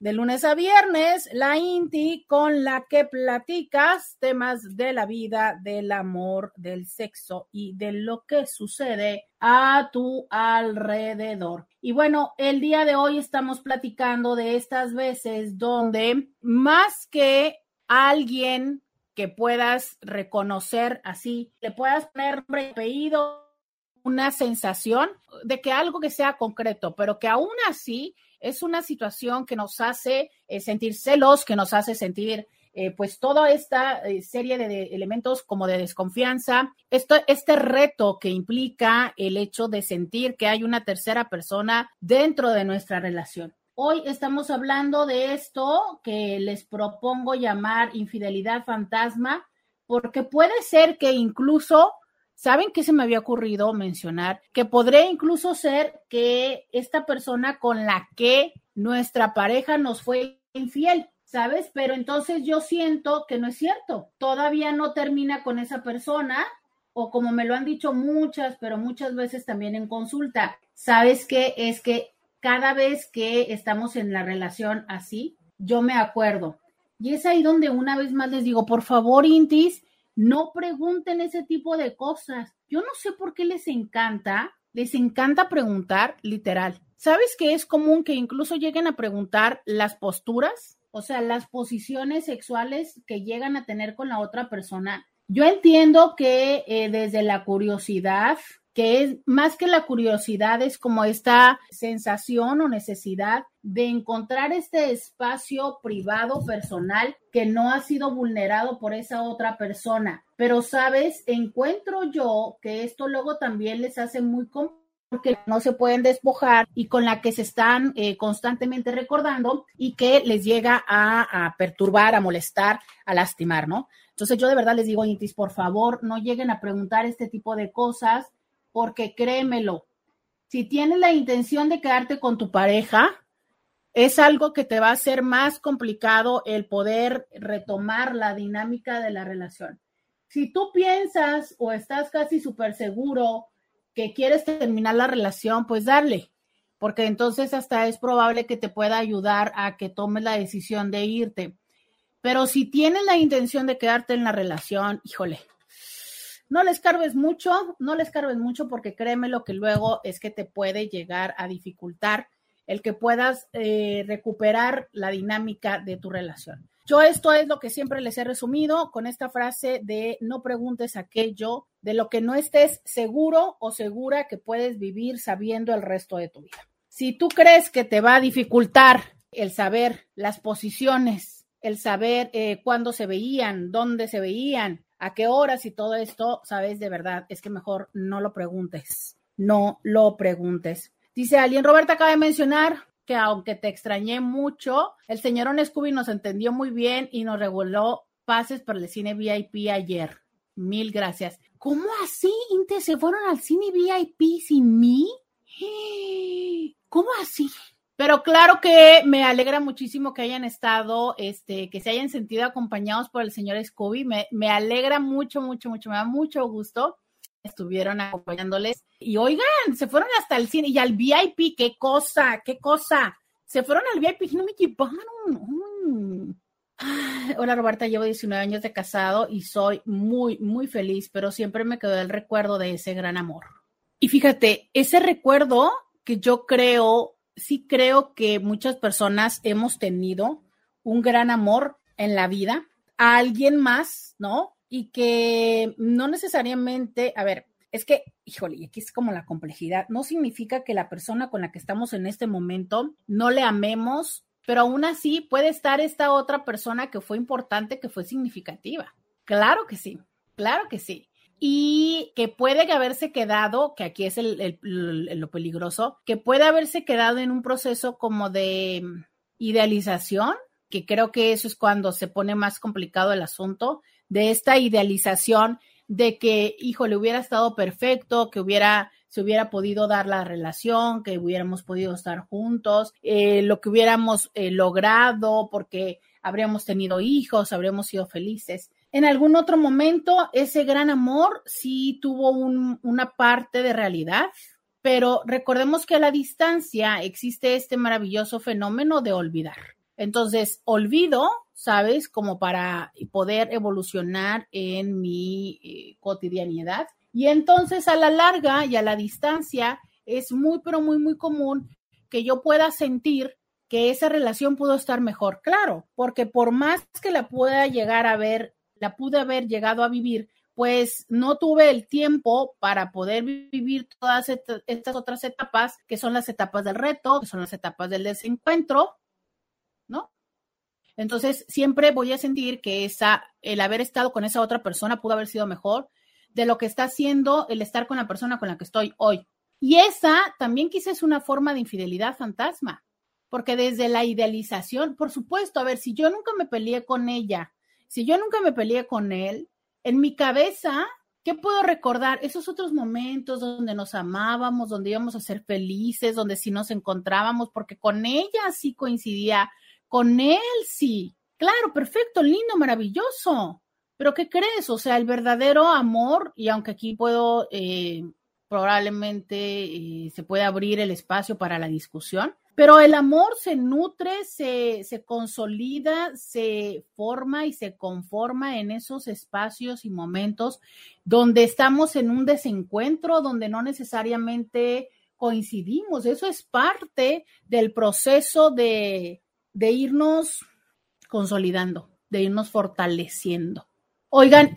De lunes a viernes, la Inti con la que platicas temas de la vida, del amor, del sexo y de lo que sucede a tu alrededor. Y bueno, el día de hoy estamos platicando de estas veces donde más que alguien que puedas reconocer así, le puedas poner nombre y apellido, una sensación de que algo que sea concreto, pero que aún así es una situación que nos hace sentir celos, que nos hace sentir pues toda esta serie de elementos como de desconfianza, este reto que implica el hecho de sentir que hay una tercera persona dentro de nuestra relación. Hoy estamos hablando de esto que les propongo llamar infidelidad fantasma, porque puede ser que incluso, ¿saben qué se me había ocurrido mencionar? Que podría incluso ser que esta persona con la que nuestra pareja nos fue infiel, ¿sabes? Pero entonces yo siento que no es cierto. Todavía no termina con esa persona, o como me lo han dicho muchas veces también en consulta, ¿sabes qué? Es que cada vez que estamos en la relación así, yo me acuerdo. Y es ahí donde una vez más les digo, por favor, Intis, no pregunten ese tipo de cosas. Yo no sé por qué les encanta preguntar, literal. ¿Sabes que es común que incluso lleguen a preguntar las posturas? O sea, las posiciones sexuales que llegan a tener con la otra persona. Yo entiendo que desde la curiosidad, que es más que la curiosidad, es como esta sensación o necesidad de encontrar este espacio privado, personal, que no ha sido vulnerado por esa otra persona. Pero, ¿sabes? Encuentro yo que esto luego también les hace muy complicado, porque no se pueden despojar y con la que se están constantemente recordando y que les llega a perturbar, a molestar, a lastimar, ¿no? Entonces yo de verdad les digo, Intis, por favor, no lleguen a preguntar este tipo de cosas, porque créemelo, si tienes la intención de quedarte con tu pareja, es algo que te va a hacer más complicado el poder retomar la dinámica de la relación. Si tú piensas o estás casi súper seguro que quieres terminar la relación, pues dale, porque entonces hasta es probable que te pueda ayudar a que tomes la decisión de irte. Pero si tienes la intención de quedarte en la relación, híjole, no le escarbes mucho, porque créeme lo que luego es que te puede llegar a dificultar el que puedas recuperar la dinámica de tu relación. Yo esto es lo que siempre les he resumido con esta frase de no preguntes aquello de lo que no estés seguro o segura que puedes vivir sabiendo el resto de tu vida. Si tú crees que te va a dificultar el saber las posiciones, el saber cuándo se veían, dónde se veían, a qué horas y todo esto, sabes, de verdad, es que mejor no lo preguntes. No lo preguntes. Dice alguien, Roberta acaba de mencionar que aunque te extrañé mucho, el señor Scooby nos entendió muy bien y nos regaló pases para el cine VIP ayer. Mil gracias. ¿Cómo así, Inte? ¿Se fueron al cine VIP sin mí? ¿Cómo así? Pero claro que me alegra muchísimo que hayan estado, que se hayan sentido acompañados por el señor Scooby. Me alegra mucho, me da mucho gusto. Estuvieron acompañándoles. Y oigan, se fueron hasta el cine y al VIP, qué cosa. Se fueron al VIP y no me llevaron. Hola Roberta, llevo 19 años de casado y soy muy, muy feliz, pero siempre me quedó el recuerdo de ese gran amor. Y fíjate, ese recuerdo que yo sí creo que muchas personas hemos tenido un gran amor en la vida, a alguien más, ¿no? Y que no necesariamente, a ver, es que, híjole, y aquí es como la complejidad, no significa que la persona con la que estamos en este momento no le amemos, pero aún así puede estar esta otra persona que fue importante, que fue significativa. Claro que sí. Y que puede haberse quedado, que aquí es lo peligroso, que puede haberse quedado en un proceso como de idealización, que creo que eso es cuando se pone más complicado el asunto, de esta idealización de que, híjole, hubiera estado perfecto, que se hubiera podido dar la relación, que hubiéramos podido estar juntos, lo que hubiéramos logrado porque habríamos tenido hijos, habríamos sido felices. En algún otro momento, ese gran amor sí tuvo una parte de realidad, pero recordemos que a la distancia existe este maravilloso fenómeno de olvidar. Entonces, olvido, ¿sabes? Como para poder evolucionar en mi cotidianidad. Y entonces, a la larga y a la distancia, es muy, pero muy, muy común que yo pueda sentir que esa relación pudo estar mejor. Claro, porque por más que la pueda llegar a ver, la pude haber llegado a vivir, pues no tuve el tiempo para poder vivir todas estas otras etapas, que son las etapas del reto, que son las etapas del desencuentro, ¿no? Entonces, siempre voy a sentir que el haber estado con esa otra persona pudo haber sido mejor de lo que está haciendo el estar con la persona con la que estoy hoy. Y esa también quizás es una forma de infidelidad fantasma, porque desde la idealización, por supuesto, a ver, si yo nunca me peleé con ella, si yo nunca me peleé con él, en mi cabeza, ¿qué puedo recordar? Esos otros momentos donde nos amábamos, donde íbamos a ser felices, donde sí nos encontrábamos, porque con ella sí coincidía, con él sí. Claro, perfecto, lindo, maravilloso. Pero ¿qué crees? O sea, el verdadero amor, y aunque aquí puedo, probablemente se puede abrir el espacio para la discusión, pero el amor se nutre, se consolida, se forma y se conforma en esos espacios y momentos donde estamos en un desencuentro, donde no necesariamente coincidimos. Eso es parte del proceso de irnos consolidando, de irnos fortaleciendo. Oigan,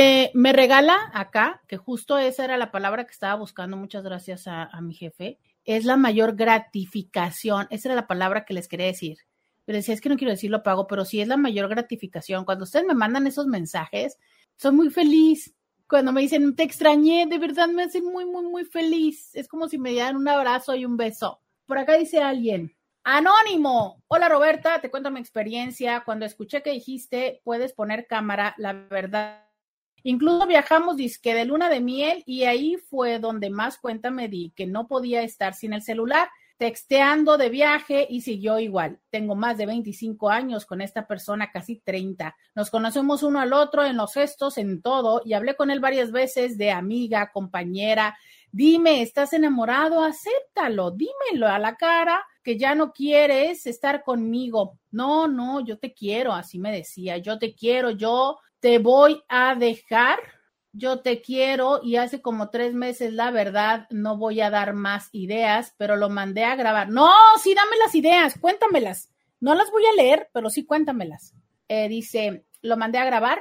me regala acá, que justo esa era la palabra que estaba buscando, muchas gracias a mi jefe, es la mayor gratificación, esa era la palabra que les quería decir, pero decía, es que no quiero decir lo pago, pero sí es la mayor gratificación. Cuando ustedes me mandan esos mensajes, soy muy feliz. Cuando me dicen, te extrañé, de verdad me hacen muy, muy, muy feliz. Es como si me dieran un abrazo y un beso. Por acá dice alguien, Anónimo, hola Roberta, te cuento mi experiencia. Cuando escuché que dijiste, puedes poner cámara, la verdad, incluso viajamos disque de luna de miel y ahí fue donde más cuenta me di que no podía estar sin el celular, texteando de viaje y siguió igual. Tengo más de 25 años con esta persona, casi 30. Nos conocemos uno al otro en los gestos, en todo, y hablé con él varias veces de amiga, compañera. Dime, ¿estás enamorado? Acéptalo, dímelo a la cara que ya no quieres estar conmigo. No, yo te quiero, así me decía, yo te quiero, yo te voy a dejar, yo te quiero, y hace como 3 meses, la verdad, no voy a dar más ideas, pero lo mandé a grabar. No, sí, dame las ideas, cuéntamelas. No las voy a leer, pero sí cuéntamelas. Dice, lo mandé a grabar,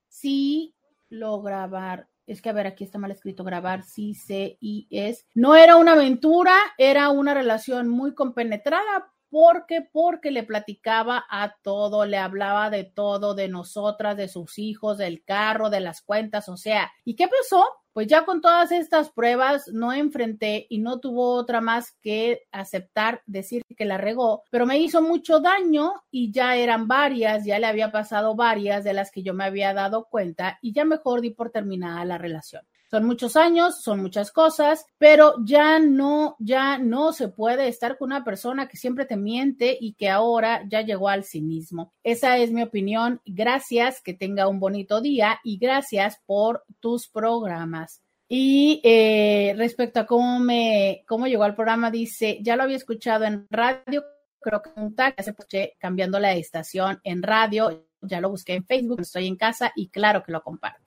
sí, lo grabar. Es que, a ver, aquí está mal escrito, grabar, sí, sé y es. No era una aventura, era una relación muy compenetrada, porque le platicaba a todo, le hablaba de todo, de nosotras, de sus hijos, del carro, de las cuentas, o sea, ¿y qué pasó? Pues ya con todas estas pruebas no enfrenté y no tuvo otra más que aceptar, decir que la regó, pero me hizo mucho daño y ya eran varias, ya le había pasado varias de las que yo me había dado cuenta y ya mejor di por terminada la relación. Son muchos años, son muchas cosas, pero ya no se puede estar con una persona que siempre te miente y que ahora ya llegó al cinismo. Esa es mi opinión. Gracias, que tenga un bonito día y gracias por tus programas. Y respecto a cómo llegó al programa, dice, ya lo había escuchado en radio, creo que ya se escuché cambiando la estación en radio, ya lo busqué en Facebook, estoy en casa y claro que lo comparto.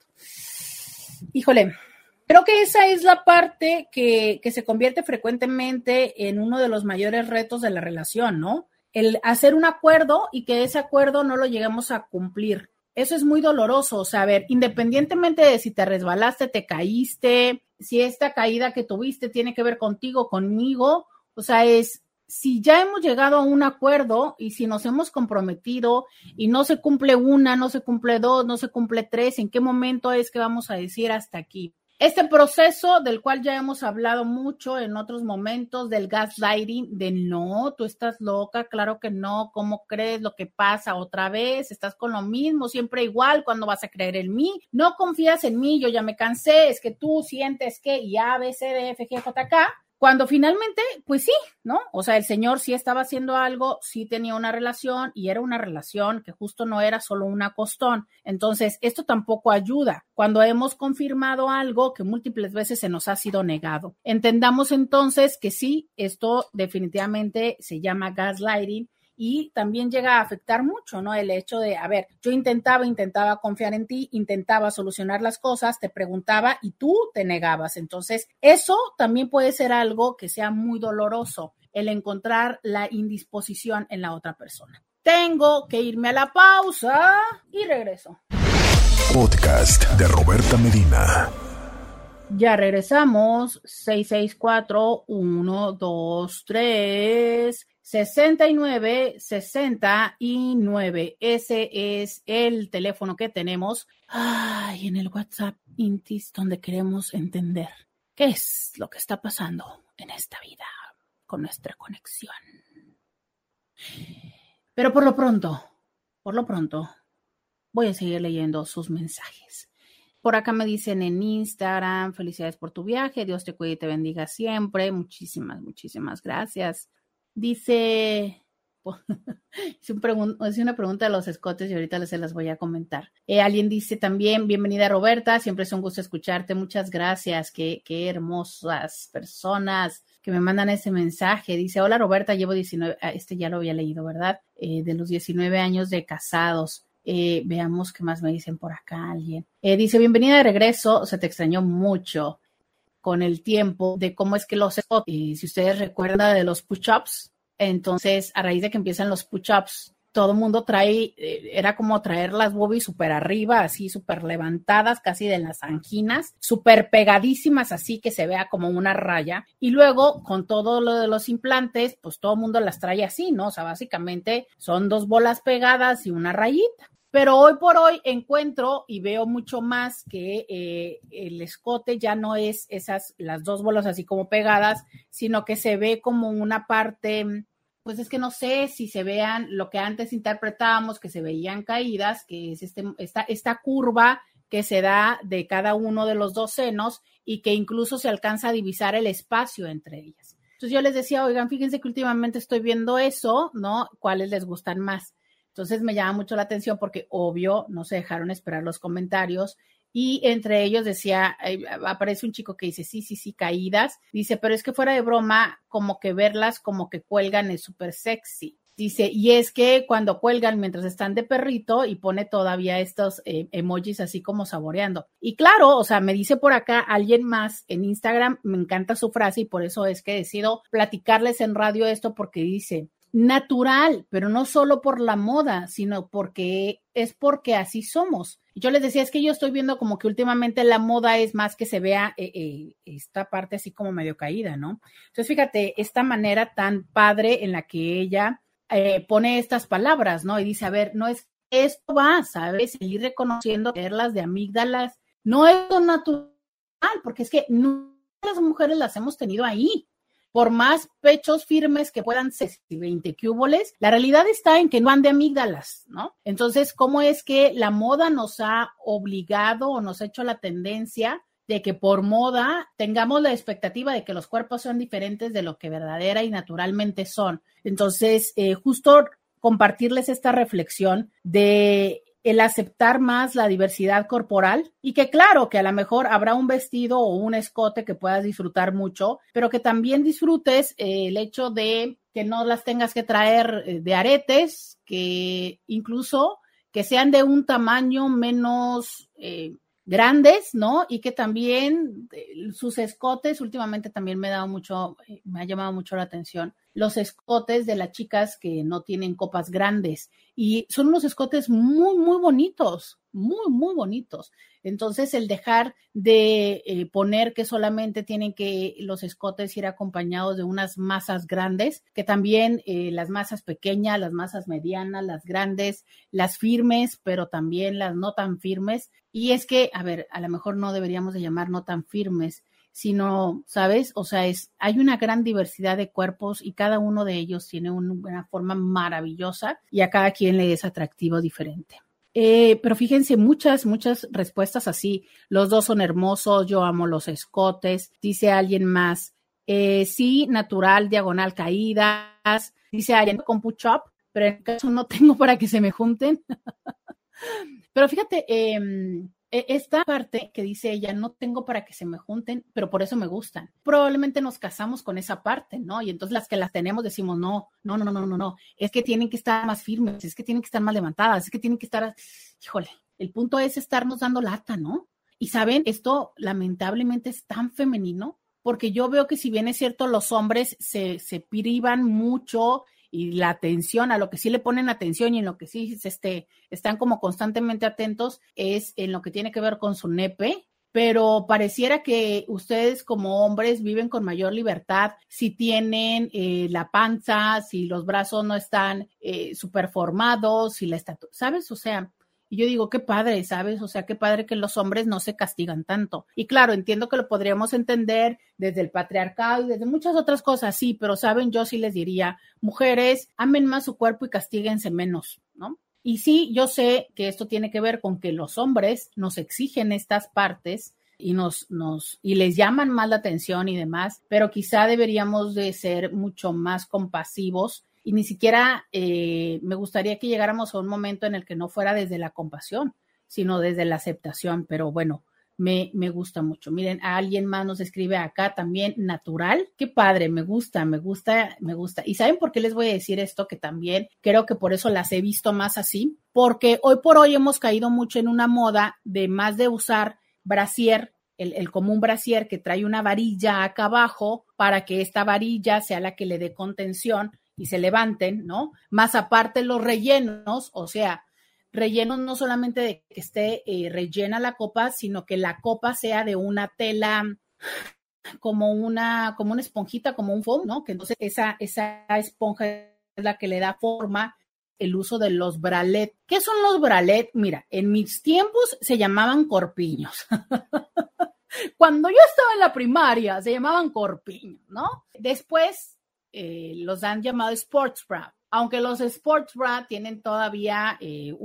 Híjole, creo que esa es la parte que se convierte frecuentemente en uno de los mayores retos de la relación, ¿no? El hacer un acuerdo y que ese acuerdo no lo lleguemos a cumplir. Eso es muy doloroso, o sea, a ver, independientemente de si te resbalaste, te caíste, si esta caída que tuviste tiene que ver contigo, conmigo, o sea, si ya hemos llegado a un acuerdo y si nos hemos comprometido y no se cumple una, no se cumple 2, no se cumple 3, ¿en qué momento es que vamos a decir hasta aquí? Este proceso del cual ya hemos hablado mucho en otros momentos, del gaslighting, de no, tú estás loca, claro que no, ¿cómo crees? Lo que pasa otra vez, estás con lo mismo, siempre igual, ¿cuándo vas a creer en mí? No confías en mí, yo ya me cansé, es que tú sientes que y A, B, C, D, F, G, J, K. Cuando finalmente, pues sí, ¿no? O sea, el señor sí estaba haciendo algo, sí tenía una relación y era una relación que justo no era solo un acostón. Entonces, esto tampoco ayuda cuando hemos confirmado algo que múltiples veces se nos ha sido negado. Entendamos entonces que sí, esto definitivamente se llama gaslighting y también llega a afectar mucho, ¿no? El hecho de, a ver, yo intentaba confiar en ti, intentaba solucionar las cosas, te preguntaba y tú te negabas. Entonces, eso también puede ser algo que sea muy doloroso, el encontrar la indisposición en la otra persona. Tengo que irme a la pausa y regreso. Podcast de Roberta Medina. Ya regresamos. 664-123-6969. Ese es el teléfono que tenemos en el WhatsApp Intis, donde queremos entender qué es lo que está pasando en esta vida con nuestra conexión. Pero por lo pronto, voy a seguir leyendo sus mensajes. Por acá me dicen en Instagram, felicidades por tu viaje, Dios te cuide y te bendiga siempre. Muchísimas gracias. Dice, es una pregunta de los escotes y ahorita se las voy a comentar. Alguien dice también, bienvenida Roberta, siempre es un gusto escucharte, muchas gracias, qué hermosas personas que me mandan ese mensaje. Dice, hola Roberta, llevo 19, ya lo había leído, ¿verdad? De los 19 años de casados. Veamos qué más me dicen por acá alguien. Dice, bienvenida de regreso, se te extrañó mucho con el tiempo de cómo es que los si ustedes recuerdan de los push-ups, entonces a raíz de que empiezan los push-ups, todo el mundo era como traer las boobies súper arriba, así súper levantadas, casi de las anginas, súper pegadísimas, así que se vea como una raya. Y luego, con todo lo de los implantes, pues todo el mundo las trae así, ¿no? O sea, básicamente son dos bolas pegadas y una rayita. Pero hoy por hoy encuentro y veo mucho más que el escote ya no es las dos bolas así como pegadas, sino que se ve como una parte, pues es que no sé si se vean lo que antes interpretábamos, que se veían caídas, que es esta curva que se da de cada uno de los dos senos y que incluso se alcanza a divisar el espacio entre ellas. Entonces yo les decía, oigan, fíjense que últimamente estoy viendo eso, ¿no? ¿Cuáles les gustan más? Entonces me llama mucho la atención porque obvio no se dejaron esperar los comentarios y entre ellos decía, aparece un chico que dice, sí, caídas. Dice, pero es que fuera de broma, como que verlas como que cuelgan es súper sexy. Dice, y es que cuando cuelgan mientras están de perrito y pone todavía estos emojis así como saboreando. Y claro, o sea, me dice por acá alguien más en Instagram, me encanta su frase y por eso es que decido platicarles en radio esto porque dice, natural, pero no solo por la moda, sino porque así somos. Y yo les decía, es que yo estoy viendo como que últimamente la moda es más que se vea esta parte así como medio caída, ¿no? Entonces, fíjate, esta manera tan padre en la que ella pone estas palabras, ¿no? Y dice, a ver, no es esto va, ¿sabes? Ir reconociendo, verlas de amígdalas, no es lo natural, porque es que no las mujeres las hemos tenido ahí. Por más pechos firmes que puedan ser 20 cúboles, la realidad está en que no han de amígdalas, ¿no? Entonces, ¿cómo es que la moda nos ha obligado o nos ha hecho la tendencia de que por moda tengamos la expectativa de que los cuerpos son diferentes de lo que verdadera y naturalmente son? Entonces, justo compartirles esta reflexión de el aceptar más la diversidad corporal y que claro, que a lo mejor habrá un vestido o un escote que puedas disfrutar mucho, pero que también disfrutes el hecho de que no las tengas que traer de aretes, que incluso que sean de un tamaño menos grandes, ¿no? Y que también sus escotes, últimamente también me ha llamado mucho la atención, los escotes de las chicas que no tienen copas grandes y son unos escotes muy, muy bonitos, muy bonitos. Entonces, el dejar de poner que solamente tienen que los escotes ir acompañados de unas masas grandes, que también las masas pequeñas, las masas medianas, las grandes, las firmes, pero también las no tan firmes. Y es que, a ver, a lo mejor no deberíamos de llamar no tan firmes, sino, ¿sabes? O sea, hay una gran diversidad de cuerpos y cada uno de ellos tiene una forma maravillosa y a cada quien le es atractivo diferente. Pero fíjense, muchas respuestas así. Los dos son hermosos, yo amo los escotes. Dice alguien más, sí, natural, diagonal, caídas. Dice alguien con push-up, pero en caso no tengo para que se me junten. Pero fíjate, esta parte que dice ella, no tengo para que se me junten, pero por eso me gustan. Probablemente nos casamos con esa parte, ¿no? Y entonces las que las tenemos decimos, no, es que tienen que estar más firmes, es que tienen que estar más levantadas, es que tienen que estar, híjole, el punto es estarnos dando lata, ¿no? Y saben, esto lamentablemente es tan femenino, porque yo veo que si bien es cierto, los hombres se privan mucho y la atención, a lo que sí le ponen atención y en lo que sí están como constantemente atentos es en lo que tiene que ver con su nepe, pero pareciera que ustedes como hombres viven con mayor libertad si tienen la panza, si los brazos no están súper formados, si la estatura, ¿sabes? O sea, y yo digo, qué padre, ¿sabes? O sea, qué padre que los hombres no se castigan tanto. Y claro, entiendo que lo podríamos entender desde el patriarcado y desde muchas otras cosas, sí, pero saben, yo sí les diría, mujeres, amen más su cuerpo y castíguense menos, ¿no? Y sí, yo sé que esto tiene que ver con que los hombres nos exigen estas partes y y les llaman más la atención y demás, pero quizá deberíamos de ser mucho más compasivos. Y ni siquiera me gustaría que llegáramos a un momento en el que no fuera desde la compasión, sino desde la aceptación. Pero bueno, me gusta mucho. Miren, a alguien más nos escribe acá también, natural. Qué padre, me gusta. ¿Y saben por qué les voy a decir esto? Que también creo que por eso las he visto más así. Porque hoy por hoy hemos caído mucho en una moda de más de usar brasier, el común brasier que trae una varilla acá abajo para que esta varilla sea la que le dé contención y se levanten, ¿no? Más aparte los rellenos, o sea, rellenos no solamente de que esté rellena la copa, sino que la copa sea de una tela como una esponjita, como un foam, ¿no? Que entonces esa esponja es la que le da forma el uso de los bralette. ¿Qué son los bralette? Mira, en mis tiempos se llamaban corpiños. Cuando yo estaba en la primaria se llamaban corpiños, ¿no? Después los han llamado sports bra, aunque los sports bra tienen todavía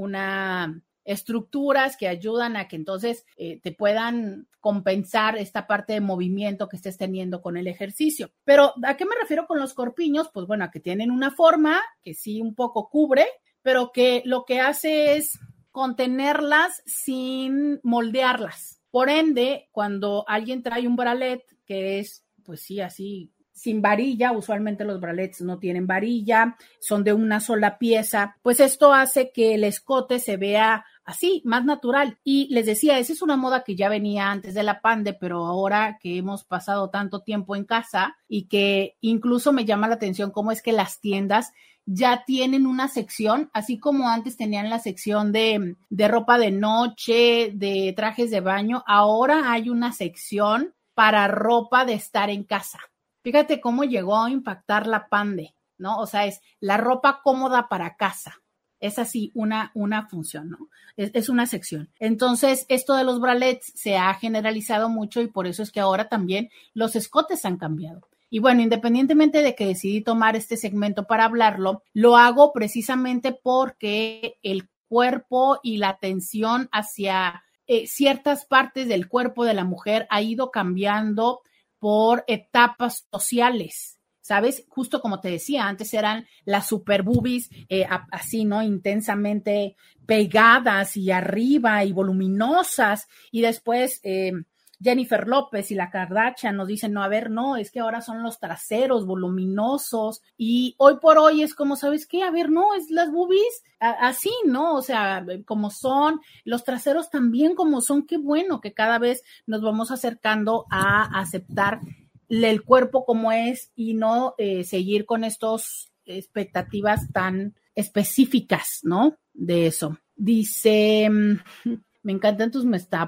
una estructuras que ayudan a que entonces te puedan compensar esta parte de movimiento que estés teniendo con el ejercicio. Pero ¿a qué me refiero con los corpiños? Pues bueno, a que tienen una forma que sí un poco cubre, pero que lo que hace es contenerlas sin moldearlas. Por ende, cuando alguien trae un bralette que es, pues sí, así sin varilla, usualmente los bralettes no tienen varilla, son de una sola pieza, pues esto hace que el escote se vea así, más natural. Y les decía, esa es una moda que ya venía antes de la pandemia, pero ahora que hemos pasado tanto tiempo en casa y que incluso me llama la atención cómo es que las tiendas ya tienen una sección, así como antes tenían la sección de ropa de noche, de trajes de baño, ahora hay una sección para ropa de estar en casa. Fíjate cómo llegó a impactar la pandemia, ¿no? O sea, es la ropa cómoda para casa. Es así una función, ¿no? Es una sección. Entonces, esto de los bralettes se ha generalizado mucho y por eso es que ahora también los escotes han cambiado. Y bueno, independientemente de que decidí tomar este segmento para hablarlo, lo hago precisamente porque el cuerpo y la atención hacia ciertas partes del cuerpo de la mujer ha ido cambiando por etapas sociales, ¿sabes? Justo como te decía, antes eran las super boobies así, ¿no? Intensamente pegadas y arriba y voluminosas y después Jennifer López y la Kardashian nos dicen, no, a ver, no, es que ahora son los traseros voluminosos y hoy por hoy es como, ¿sabes qué? A ver, no, es las boobies así, ¿no? O sea, como son, los traseros también como son, qué bueno que cada vez nos vamos acercando a aceptar el cuerpo como es y no seguir con estas expectativas tan específicas, ¿no? De eso. Dice... Me encantan tus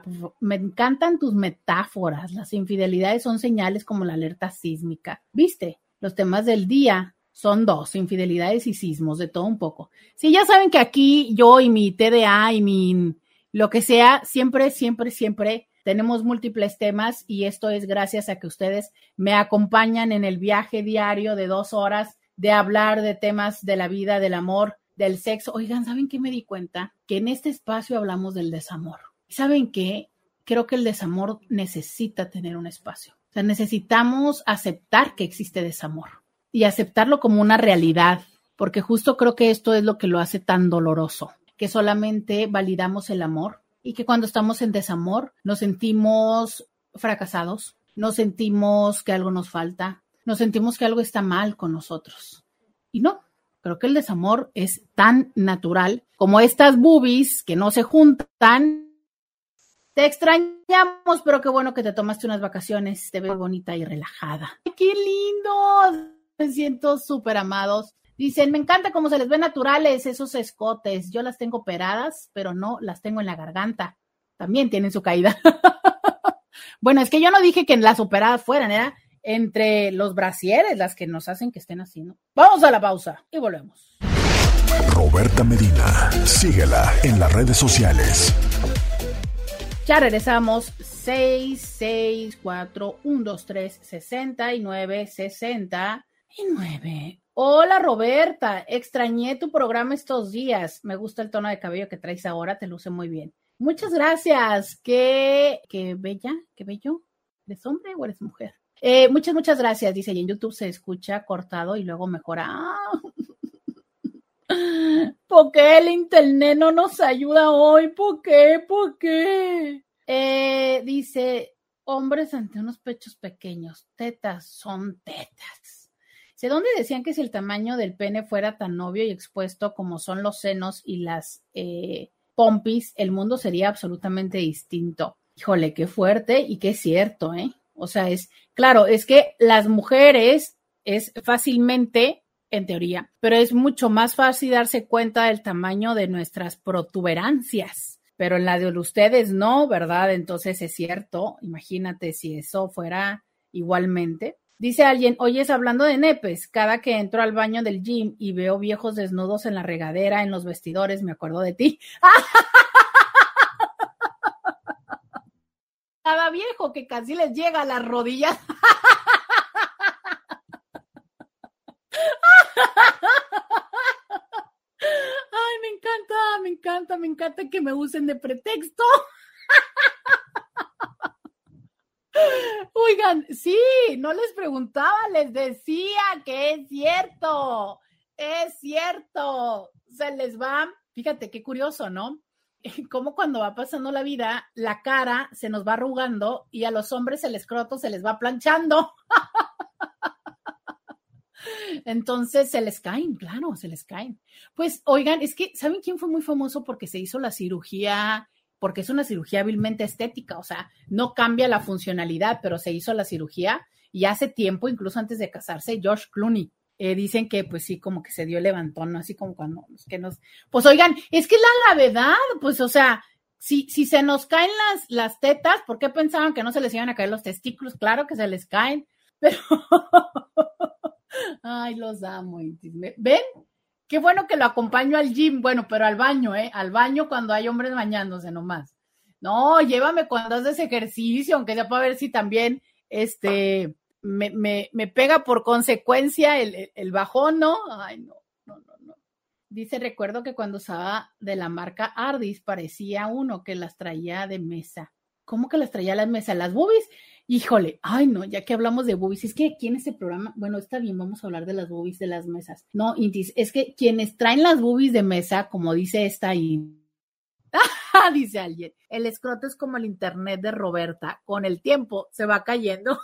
metáforas. Las infidelidades son señales como la alerta sísmica. ¿Viste? Los temas del día son dos, infidelidades y sismos, de todo un poco. Sí, ya saben que aquí yo y mi TDA y mi lo que sea, siempre tenemos múltiples temas y esto es gracias a que ustedes me acompañan en el viaje diario de 2 horas de hablar de temas de la vida, del amor, del sexo. Oigan, ¿saben qué me di cuenta? Que en este espacio hablamos del desamor. ¿Saben qué? Creo que el desamor necesita tener un espacio. O sea, necesitamos aceptar que existe desamor y aceptarlo como una realidad, porque justo creo que esto es lo que lo hace tan doloroso, que solamente validamos el amor y que cuando estamos en desamor nos sentimos fracasados, nos sentimos que algo nos falta, nos sentimos que algo está mal con nosotros. Y no, creo que el desamor es tan natural como estas boobies que no se juntan. Te extrañamos, pero qué bueno que te tomaste unas vacaciones, te ves bonita y relajada. ¡Qué lindo! Me siento súper amados. Dicen, me encanta cómo se les ve naturales esos escotes. Yo las tengo operadas, pero no las tengo en la garganta. También tienen su caída. Bueno, es que yo no dije que las operadas fueran, era entre los brasieres las que nos hacen que estén así, ¿no? Vamos a la pausa y volvemos. Roberta Medina, síguela en las redes sociales. Ya regresamos. 664-123-6969. Hola Roberta, extrañé tu programa estos días. Me gusta el tono de cabello que traes ahora, te luce muy bien. Muchas gracias. Qué bella, qué bello. ¿Eres hombre o eres mujer? Muchas gracias. Dice, y en YouTube se escucha cortado y luego mejora. ¿Por qué el internet no nos ayuda hoy? ¿Por qué? Dice, hombres ante unos pechos pequeños, tetas son tetas. ¿De dónde decían que si el tamaño del pene fuera tan obvio y expuesto como son los senos y las pompis, el mundo sería absolutamente distinto? Híjole, qué fuerte y qué cierto, ¿eh? O sea, claro, es que las mujeres es fácilmente, en teoría, pero es mucho más fácil darse cuenta del tamaño de nuestras protuberancias, pero en la de ustedes no, ¿verdad? Entonces es cierto, imagínate si eso fuera igualmente. Dice alguien, oyes, hablando de nepes, cada que entro al baño del gym y veo viejos desnudos en la regadera, en los vestidores, me acuerdo de ti. Cada viejo que casi les llega a las rodillas. Ay, me encanta que me usen de pretexto. Oigan, sí, no les preguntaba, les decía que es cierto, se les va, fíjate qué curioso, ¿no? Como cuando va pasando la vida, la cara se nos va arrugando y a los hombres el escroto se les va planchando. Entonces se les caen, claro, se les caen. Pues, oigan, es que, ¿saben quién fue muy famoso porque se hizo la cirugía? Porque es una cirugía hábilmente estética, o sea, no cambia la funcionalidad, pero se hizo la cirugía y hace tiempo, incluso antes de casarse, George Clooney. Dicen que, pues sí, como que se dio el levantón, ¿no? Así como cuando pues oigan, es que la gravedad, pues, o sea, si se nos caen las tetas, ¿por qué pensaban que no se les iban a caer los testículos? Claro que se les caen, pero ay, los amo. ¿Ven? Qué bueno que lo acompaño al gym, bueno, pero al baño, al baño cuando hay hombres bañándose nomás. No, llévame cuando haces ejercicio, aunque sea para ver si también, me pega por consecuencia el bajón, ¿no? Ay, no. Dice, recuerdo que cuando usaba de la marca Ardis, parecía uno que las traía de mesa. ¿Cómo que las traía a la mesa? ¿Las boobies? Híjole, ay no, ya que hablamos de boobies, es que aquí en este programa, bueno, está bien, vamos a hablar de las boobies de las mesas. No, Intis, es que quienes traen las boobies de mesa, como dice esta ahí, dice alguien, el escroto es como el internet de Roberta, con el tiempo se va cayendo.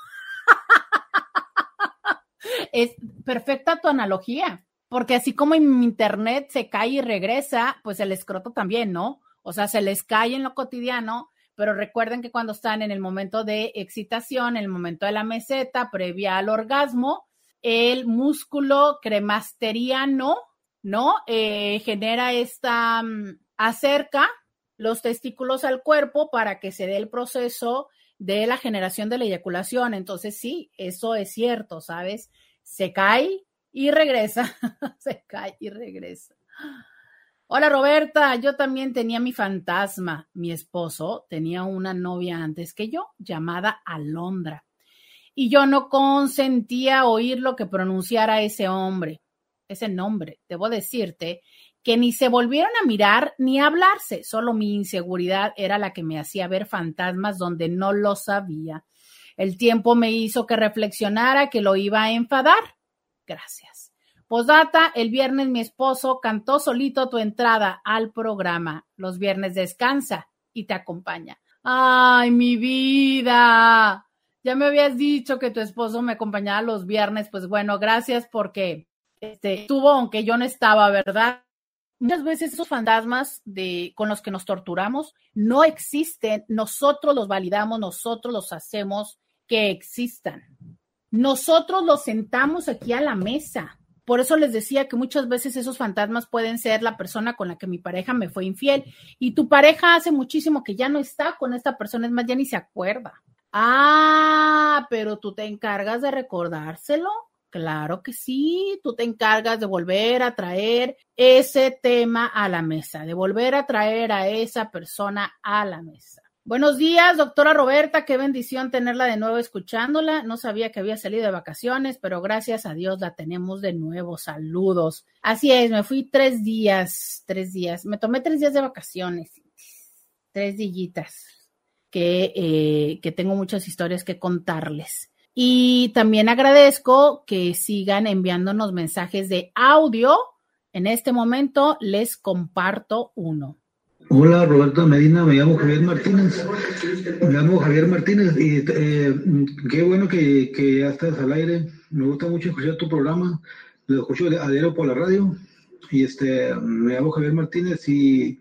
Es perfecta tu analogía, porque así como en internet se cae y regresa, pues el escroto también, ¿no? O sea, se les cae en lo cotidiano, pero recuerden que cuando están en el momento de excitación, en el momento de la meseta, previa al orgasmo, el músculo cremasteriano, ¿no? Genera acerca los testículos al cuerpo para que se dé el proceso de la generación de la eyaculación. Entonces, sí, eso es cierto, ¿sabes? Se cae y regresa, se cae y regresa. Hola Roberta, yo también tenía mi fantasma. Mi esposo tenía una novia antes que yo, llamada Alondra, y yo no consentía oír lo que pronunciara ese nombre. Debo decirte que ni se volvieron a mirar ni a hablarse, solo mi inseguridad era la que me hacía ver fantasmas donde no lo sabía. El tiempo me hizo que reflexionara que lo iba a enfadar. Gracias. Postdata, el viernes mi esposo cantó solito tu entrada al programa. Los viernes descansa. y te acompaña. ¡Ay, mi vida! Ya me habías dicho que tu esposo me acompañaba los viernes. Pues bueno, gracias porque estuvo, aunque yo no estaba, ¿verdad? Muchas veces esos fantasmas con los que nos torturamos no existen. Nosotros los validamos, nosotros los hacemos que existan. Nosotros los sentamos aquí a la mesa. Por eso les decía que muchas veces esos fantasmas pueden ser la persona con la que mi pareja me fue infiel y tu pareja hace muchísimo que ya no está con esta persona, es más, ya ni se acuerda. Ah, pero tú te encargas de recordárselo. Claro que sí, tú te encargas de volver a traer ese tema a la mesa, de volver a traer a esa persona a la mesa. Buenos días, doctora Roberta, qué bendición tenerla de nuevo escuchándola. No sabía que había salido de vacaciones, pero gracias a Dios la tenemos de nuevo. Saludos. Así es, me fui 3 días. Me tomé 3 días de vacaciones, 3 dillitas, que tengo muchas historias que contarles. Y también agradezco que sigan enviándonos mensajes de audio. En este momento les comparto uno. Hola, Roberta Medina, me llamo Javier Martínez. Y qué bueno que ya estás al aire. Me gusta mucho escuchar tu programa. Lo escucho a diario por la radio. Y me llamo Javier Martínez y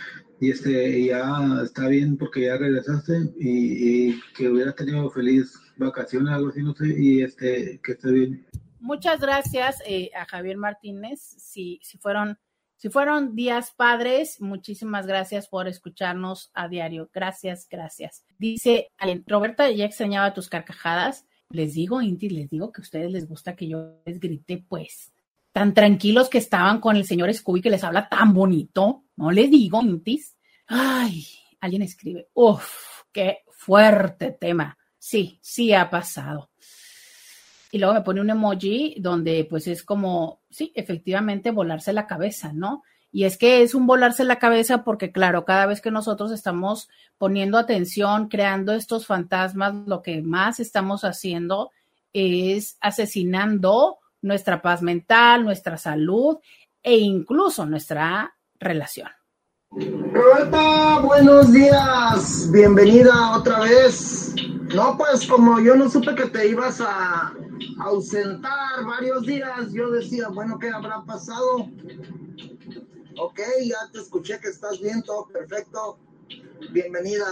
ya está bien porque ya regresaste y que hubieras tenido feliz vacaciones, algo así, no sé, y que esté bien. Muchas gracias a Javier Martínez. Si fueron días padres, muchísimas gracias por escucharnos a diario. Gracias. Dice, Roberta, ya extrañaba tus carcajadas. Les digo, Inti, les digo que a ustedes les gusta que yo les grite, pues, tan tranquilos que estaban con el señor Scooby que les habla tan bonito. No les digo, Intis. Ay, alguien escribe, qué fuerte tema. Sí ha pasado. Y luego me pone un emoji donde pues es como, sí, efectivamente volarse la cabeza, ¿no? Y es que es un volarse la cabeza porque, claro, cada vez que nosotros estamos poniendo atención, creando estos fantasmas, lo que más estamos haciendo es asesinando nuestra paz mental, nuestra salud e incluso nuestra relación. Roberta, buenos días, bienvenida otra vez. No, pues como yo no supe que te ibas a ausentar varios días, yo decía, bueno, ¿qué habrá pasado? Ok, ya te escuché que estás bien, todo perfecto. Bienvenida.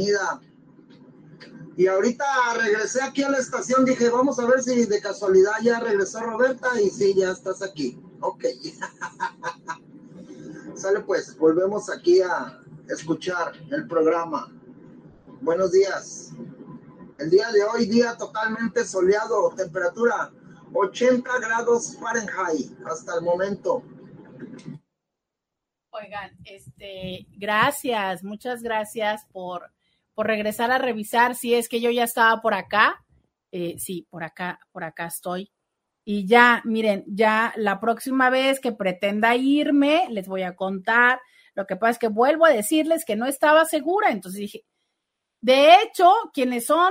Y ahorita regresé aquí a la estación, dije, vamos a ver si de casualidad ya regresó Roberta, y sí, ya estás aquí. Ok. Sale pues, volvemos aquí a escuchar el programa. Buenos días. El día de hoy, día totalmente soleado, temperatura 80 grados Fahrenheit hasta el momento. Oigan, gracias, muchas gracias por regresar a revisar. Si es que yo ya estaba por acá, sí, por acá estoy. Y ya, miren, ya la próxima vez que pretenda irme, les voy a contar. Lo que pasa es que vuelvo a decirles que no estaba segura, entonces dije, de hecho, quienes son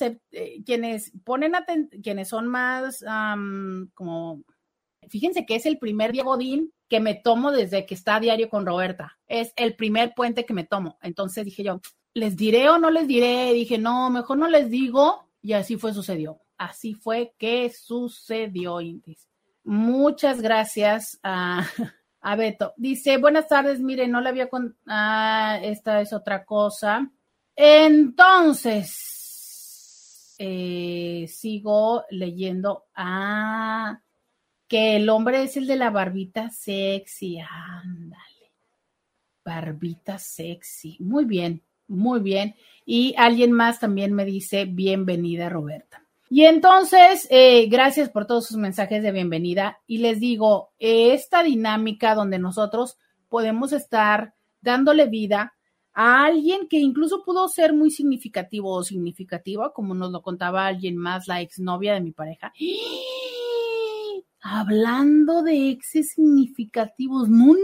más como, fíjense que es el primer día Godín que me tomo desde que está a diario con Roberta. Es el primer puente que me tomo. Entonces dije yo, ¿les diré o no les diré? Dije, no, mejor no les digo. Y así sucedió. Así fue que sucedió, Intis. Muchas gracias a Beto. Dice, buenas tardes, mire, no le había esta es otra cosa. Entonces, sigo leyendo. Que el hombre es el de la barbita sexy. Ándale. Barbita sexy. Muy bien. Y alguien más también me dice, bienvenida, Roberta. Y entonces, gracias por todos sus mensajes de bienvenida. Y les digo, esta dinámica donde nosotros podemos estar dándole vida a alguien que incluso pudo ser muy significativo o significativa, como nos lo contaba alguien más, la exnovia de mi pareja. Hablando de exes significativos, no,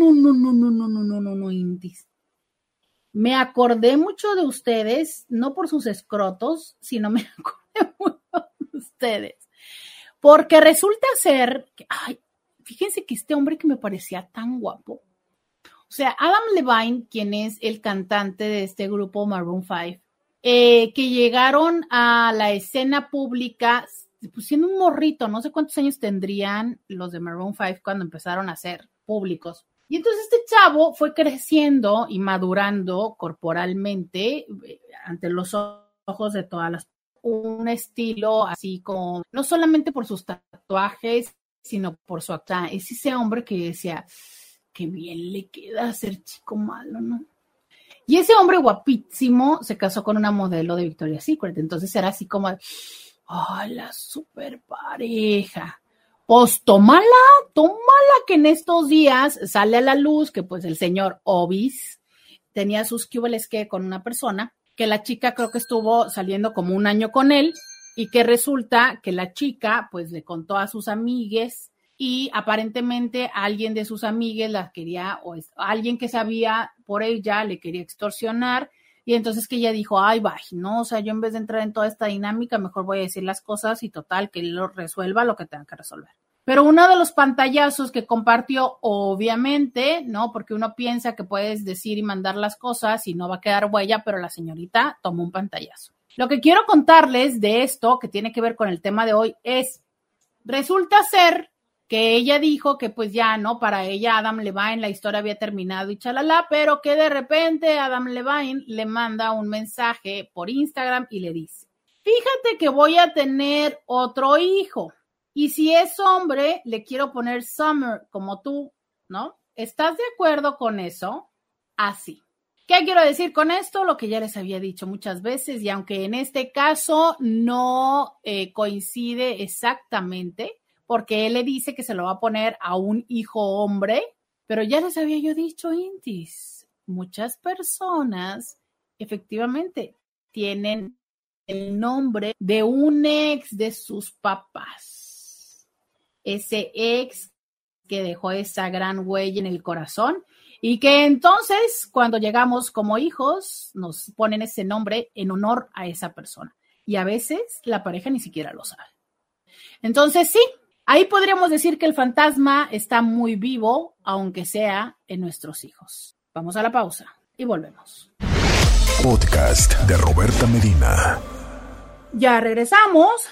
Intis. Me acordé mucho de ustedes, no por sus escrotos, sino me acordé mucho de ustedes. Porque resulta ser que, fíjense que este hombre que me parecía tan guapo, o sea, Adam Levine, quien es el cantante de este grupo Maroon 5, que llegaron a la escena pública, pues siendo un morrito, no sé cuántos años tendrían los de Maroon 5 cuando empezaron a ser públicos. Y entonces este chavo fue creciendo y madurando corporalmente ante los ojos de todas las personas. Un estilo así como, no solamente por sus tatuajes, sino por su acta. Es ese hombre que decía, qué bien le queda ser chico malo, ¿no? Y ese hombre guapísimo se casó con una modelo de Victoria's Secret. Entonces era así como, ¡ay, la super pareja! Pues tómala, que en estos días sale a la luz que pues el señor Obis tenía sus cúbeles que con una persona, que la chica creo que estuvo saliendo como un año con él y que resulta que la chica pues le contó a sus amigues y aparentemente alguien de sus amigues la quería, o alguien que sabía por ella le quería extorsionar, y entonces que ella dijo, ay, bye, no, o sea, yo en vez de entrar en toda esta dinámica, mejor voy a decir las cosas y total, que él lo resuelva lo que tenga que resolver. Pero uno de los pantallazos que compartió, obviamente, ¿no? Porque uno piensa que puedes decir y mandar las cosas y no va a quedar huella, pero la señorita tomó un pantallazo. Lo que quiero contarles de esto, que tiene que ver con el tema de hoy, es, resulta ser que ella dijo que pues ya, ¿no? Para ella Adam Levine la historia había terminado y chalala, pero que de repente Adam Levine le manda un mensaje por Instagram y le dice, fíjate que voy a tener otro hijo y si es hombre le quiero poner Summer como tú, ¿no? ¿Estás de acuerdo con eso? Así. ¿Qué quiero decir con esto? Lo que ya les había dicho muchas veces y aunque en este caso no coincide exactamente, porque él le dice que se lo va a poner a un hijo hombre, pero ya les había yo dicho, Intis, muchas personas efectivamente tienen el nombre de un ex de sus papás, ese ex que dejó esa gran huella en el corazón y que entonces cuando llegamos como hijos nos ponen ese nombre en honor a esa persona y a veces la pareja ni siquiera lo sabe. Entonces sí, ahí podríamos decir que el fantasma está muy vivo, aunque sea en nuestros hijos. Vamos a la pausa y volvemos. Podcast de Roberta Medina. Ya regresamos.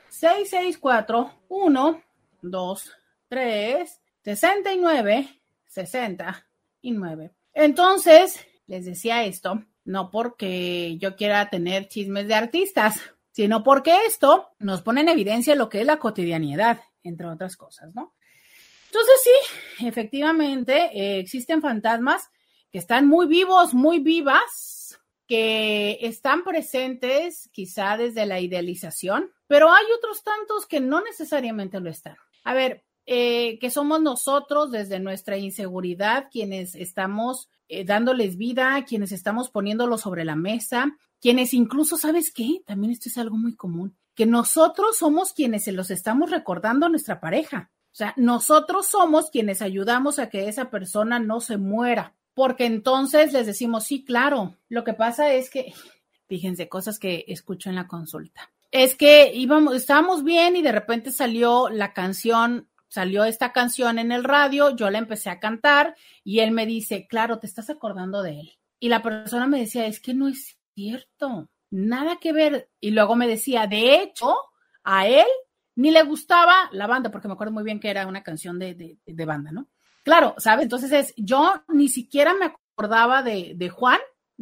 664-1-2-3-69-69. Entonces, les decía esto, no porque yo quiera tener chismes de artistas, sino porque esto nos pone en evidencia lo que es la cotidianidad, entre otras cosas, ¿no? Entonces sí, efectivamente existen fantasmas que están muy vivos, muy vivas, que están presentes quizá desde la idealización, pero hay otros tantos que no necesariamente lo están. A ver, que somos nosotros desde nuestra inseguridad quienes estamos dándoles vida, quienes estamos poniéndolo sobre la mesa, quienes incluso, ¿sabes qué? También esto es algo muy común, que nosotros somos quienes se los estamos recordando a nuestra pareja. O sea, nosotros somos quienes ayudamos a que esa persona no se muera, porque entonces les decimos, sí, claro. Lo que pasa es que, fíjense, cosas que escucho en la consulta. Es que estábamos bien y de repente salió esta canción en el radio, yo la empecé a cantar y él me dice, claro, te estás acordando de él. Y la persona me decía, es que no es cierto, nada que ver. Y luego me decía, de hecho, a él ni le gustaba la banda, porque me acuerdo muy bien que era una canción de banda, ¿no? Claro, ¿sabes? Entonces yo ni siquiera me acordaba de Juan,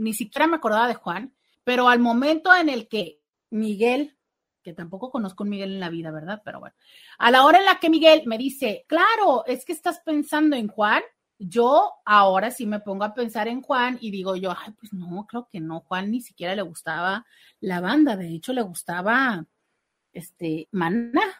pero al momento en el que Miguel, que tampoco conozco a Miguel en la vida, ¿verdad? Pero bueno, a la hora en la que Miguel me dice, claro, es que estás pensando en Juan, yo ahora sí me pongo a pensar en Juan y digo yo, ay, pues no, creo que no, Juan ni siquiera le gustaba la banda, de hecho le gustaba Maná.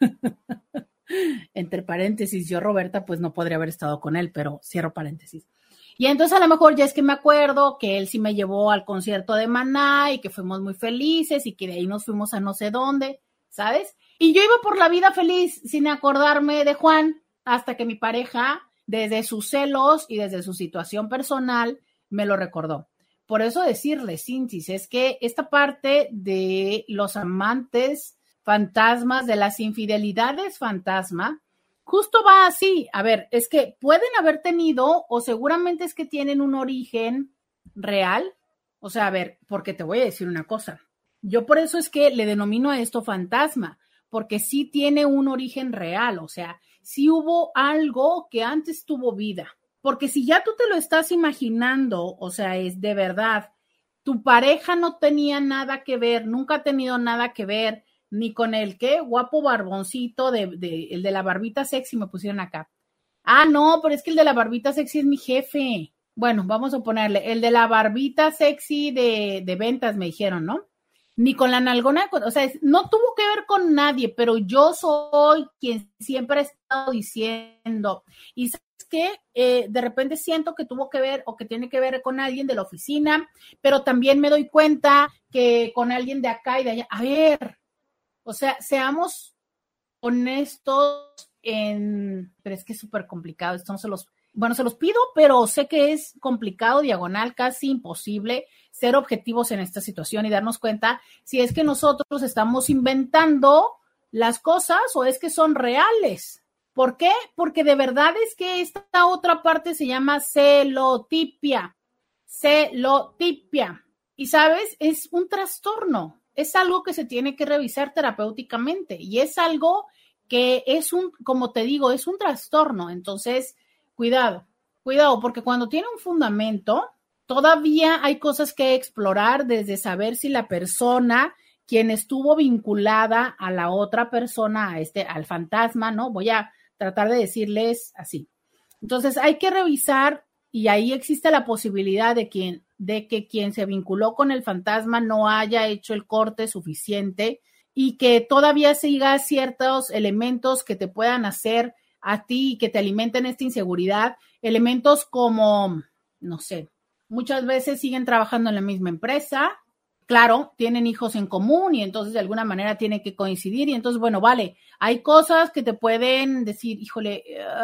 Entre paréntesis, yo, Roberta, pues no podría haber estado con él, pero cierro paréntesis. Y entonces a lo mejor ya es que me acuerdo que él sí me llevó al concierto de Maná y que fuimos muy felices y que de ahí nos fuimos a no sé dónde, ¿sabes? Y yo iba por la vida feliz sin acordarme de Juan hasta que mi pareja, desde sus celos y desde su situación personal, me lo recordó. Por eso decirle, Cintis, es que esta parte de los amantes fantasmas, de las infidelidades fantasma, justo va así. A ver, es que pueden haber tenido o seguramente es que tienen un origen real. O sea, a ver, porque te voy a decir una cosa. Yo por eso es que le denomino a esto fantasma, porque sí tiene un origen real. O sea, sí hubo algo que antes tuvo vida. Porque si ya tú te lo estás imaginando, o sea, es de verdad, tu pareja no tenía nada que ver, nunca ha tenido nada que ver, ni con el qué guapo barboncito el de la barbita sexy me pusieron acá. Ah, no, pero es que el de la barbita sexy es mi jefe. Bueno, vamos a ponerle, el de la barbita sexy de ventas me dijeron, ¿no? Ni con la nalgona, o sea, no tuvo que ver con nadie, pero yo soy quien siempre he estado diciendo, y sabes que de repente siento que tuvo que ver o que tiene que ver con alguien de la oficina, pero también me doy cuenta que con alguien de acá y de allá. A ver, o sea, seamos honestos pero es que es súper complicado, esto no se los pido, pero sé que es complicado, diagonal, casi imposible ser objetivos en esta situación y darnos cuenta si es que nosotros estamos inventando las cosas o es que son reales. ¿Por qué? Porque de verdad es que esta otra parte se llama celotipia. Celotipia. Y sabes, es un trastorno. Es algo que se tiene que revisar terapéuticamente y es algo que es como te digo, es un trastorno. Entonces, cuidado, porque cuando tiene un fundamento, todavía hay cosas que explorar desde saber si la persona, quien estuvo vinculada a la otra persona, al fantasma, ¿no? Voy a tratar de decirles así. Entonces, hay que revisar y ahí existe la posibilidad de que quien se vinculó con el fantasma no haya hecho el corte suficiente y que todavía siga ciertos elementos que te puedan hacer a ti y que te alimenten esta inseguridad, elementos como, no sé, muchas veces siguen trabajando en la misma empresa, claro, tienen hijos en común y entonces de alguna manera tienen que coincidir y entonces, bueno, vale, hay cosas que te pueden decir, híjole,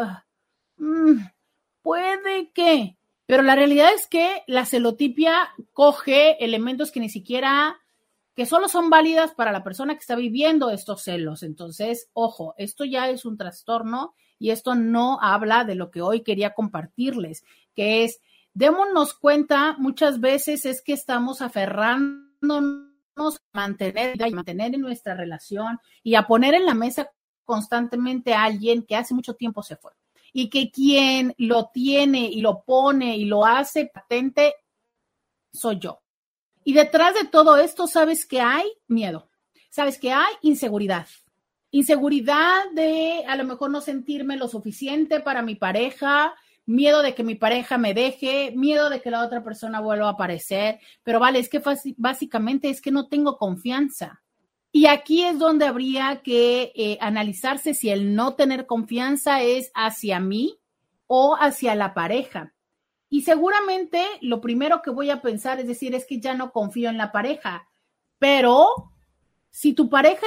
puede que, pero la realidad es que la celotipia coge elementos que ni siquiera, que solo son válidas para la persona que está viviendo estos celos. Entonces, ojo, esto ya es un trastorno y esto no habla de lo que hoy quería compartirles, que es, démonos cuenta, muchas veces es que estamos aferrándonos a mantener en nuestra relación y a poner en la mesa constantemente a alguien que hace mucho tiempo se fue y que quien lo tiene y lo pone y lo hace patente soy yo. Y detrás de todo esto, ¿sabes qué hay? Miedo. ¿Sabes qué hay? Inseguridad. Inseguridad de a lo mejor no sentirme lo suficiente para mi pareja, miedo de que mi pareja me deje, miedo de que la otra persona vuelva a aparecer, pero vale, es que básicamente es que no tengo confianza. Y aquí es donde habría que analizarse si el no tener confianza es hacia mí o hacia la pareja. Y seguramente lo primero que voy a pensar es decir, es que ya no confío en la pareja, pero si tu pareja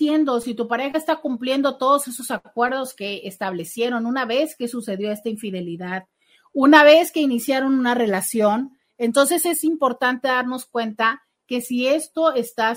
está cumpliendo todos esos acuerdos que establecieron una vez que sucedió esta infidelidad, una vez que iniciaron una relación, entonces es importante darnos cuenta que si esto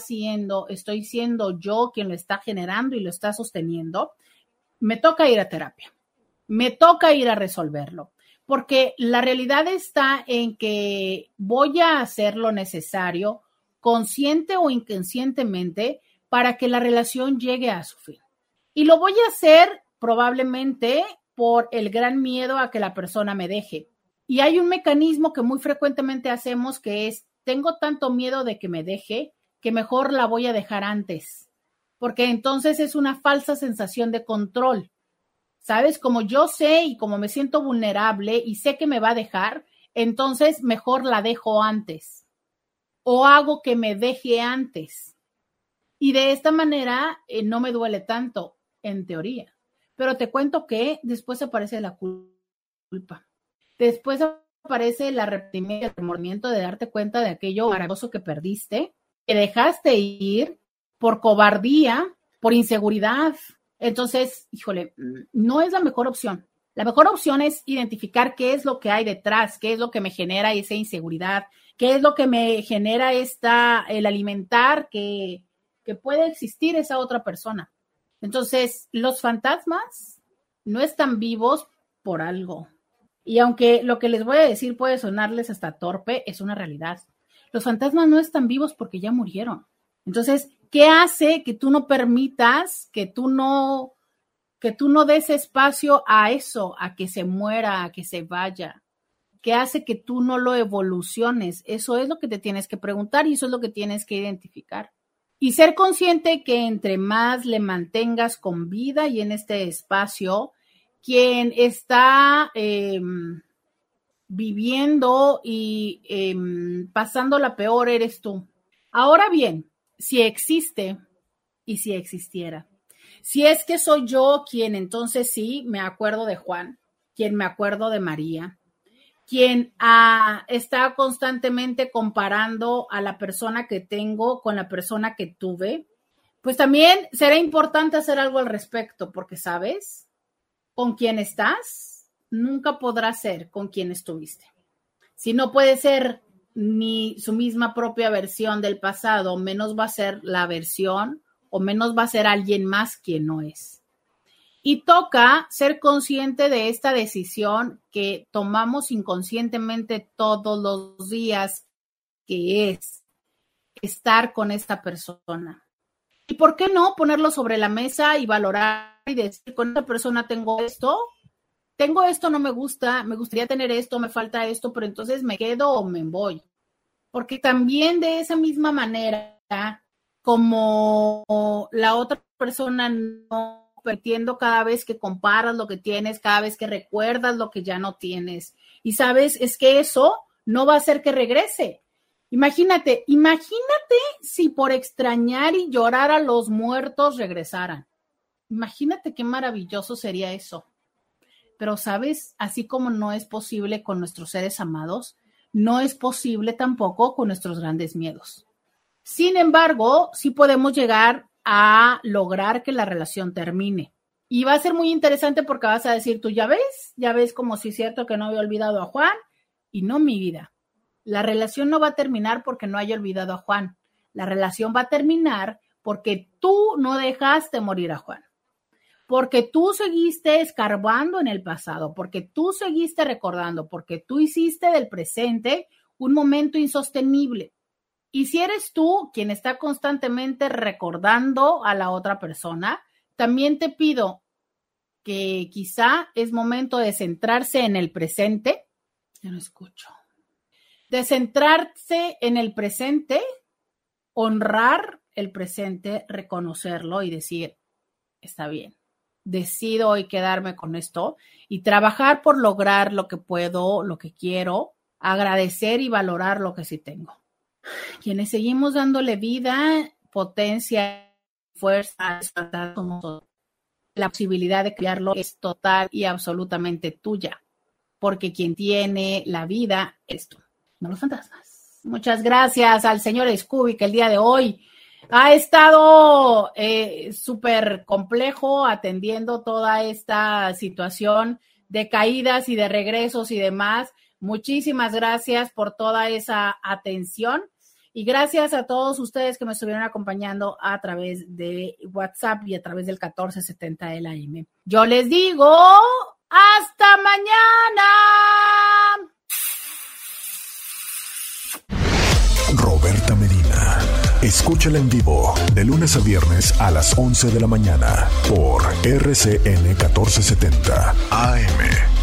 estoy siendo yo quien lo está generando y lo está sosteniendo, me toca ir a terapia, me toca ir a resolverlo. Porque la realidad está en que voy a hacer lo necesario, consciente o inconscientemente, para que la relación llegue a su fin. Y lo voy a hacer probablemente por el gran miedo a que la persona me deje. Y hay un mecanismo que muy frecuentemente hacemos que es, tengo tanto miedo de que me deje, que mejor la voy a dejar antes. Porque entonces es una falsa sensación de control. ¿Sabes? Como yo sé y como me siento vulnerable y sé que me va a dejar, entonces mejor la dejo antes o hago que me deje antes. Y de esta manera no me duele tanto, en teoría. Pero te cuento que después aparece la culpa. Después aparece el arrepentimiento, el remordimiento de darte cuenta de aquello maravilloso que perdiste, que dejaste ir por cobardía, por inseguridad. Entonces, híjole, no es la mejor opción. La mejor opción es identificar qué es lo que hay detrás, qué es lo que me genera esa inseguridad, qué es lo que me genera el alimentar que puede existir esa otra persona. Entonces, los fantasmas no están vivos por algo. Y aunque lo que les voy a decir puede sonarles hasta torpe, es una realidad. Los fantasmas no están vivos porque ya murieron. Entonces, ¿qué hace que tú no permitas, que tú no des espacio a eso, a que se muera, a que se vaya? ¿Qué hace que tú no lo evoluciones? Eso es lo que te tienes que preguntar y eso es lo que tienes que identificar. Y ser consciente que entre más le mantengas con vida y en este espacio, quien está viviendo y pasando la peor eres tú. Ahora bien, si existe y si existiera, si es que soy yo quien entonces sí me acuerdo de Juan, quien me acuerdo de María, quien está constantemente comparando a la persona que tengo con la persona que tuve, pues también será importante hacer algo al respecto, porque, ¿sabes? Con quien estás, nunca podrás ser con quien estuviste. Si no puede ser ni su misma propia versión del pasado, menos va a ser la versión o menos va a ser alguien más quien no es. Y toca ser consciente de esta decisión que tomamos inconscientemente todos los días, que es estar con esta persona. ¿Y por qué no ponerlo sobre la mesa y valorar y decir, con esta persona tengo esto, no me gusta, me gustaría tener esto, me falta esto, pero entonces me quedo o me voy? Porque también de esa misma manera, como la otra persona no permitiendo cada vez que comparas lo que tienes, cada vez que recuerdas lo que ya no tienes. Y sabes, es que eso no va a hacer que regrese. Imagínate si por extrañar y llorar a los muertos regresaran. Imagínate qué maravilloso sería eso. Pero sabes, así como no es posible con nuestros seres amados, no es posible tampoco con nuestros grandes miedos. Sin embargo, sí podemos llegar a lograr que la relación termine. Y va a ser muy interesante porque vas a decir, tú ya ves como si es cierto que no había olvidado a Juan. Y no, mi vida. La relación no va a terminar porque no haya olvidado a Juan. La relación va a terminar porque tú no dejaste morir a Juan. Porque tú seguiste escarbando en el pasado, porque tú seguiste recordando, porque tú hiciste del presente un momento insostenible. Y si eres tú quien está constantemente recordando a la otra persona, también te pido que quizá es momento de centrarse en el presente. Ya no escucho. De centrarse en el presente, honrar el presente, reconocerlo y decir, está bien, decido hoy quedarme con esto y trabajar por lograr lo que puedo, lo que quiero, agradecer y valorar lo que sí tengo. Quienes seguimos dándole vida, potencia, fuerza, la posibilidad de crearlo es total y absolutamente tuya, porque quien tiene la vida es tú, no los fantasmas. Muchas gracias al señor Scooby, que el día de hoy ha estado súper complejo atendiendo toda esta situación de caídas y de regresos y demás. Muchísimas gracias por toda esa atención y gracias a todos ustedes que me estuvieron acompañando a través de WhatsApp y a través del 1470 de la AM. Yo les digo, ¡hasta mañana! Roberta Medina. Escúchala en vivo de lunes a viernes a las 11 de la mañana por RCN 1470 AM.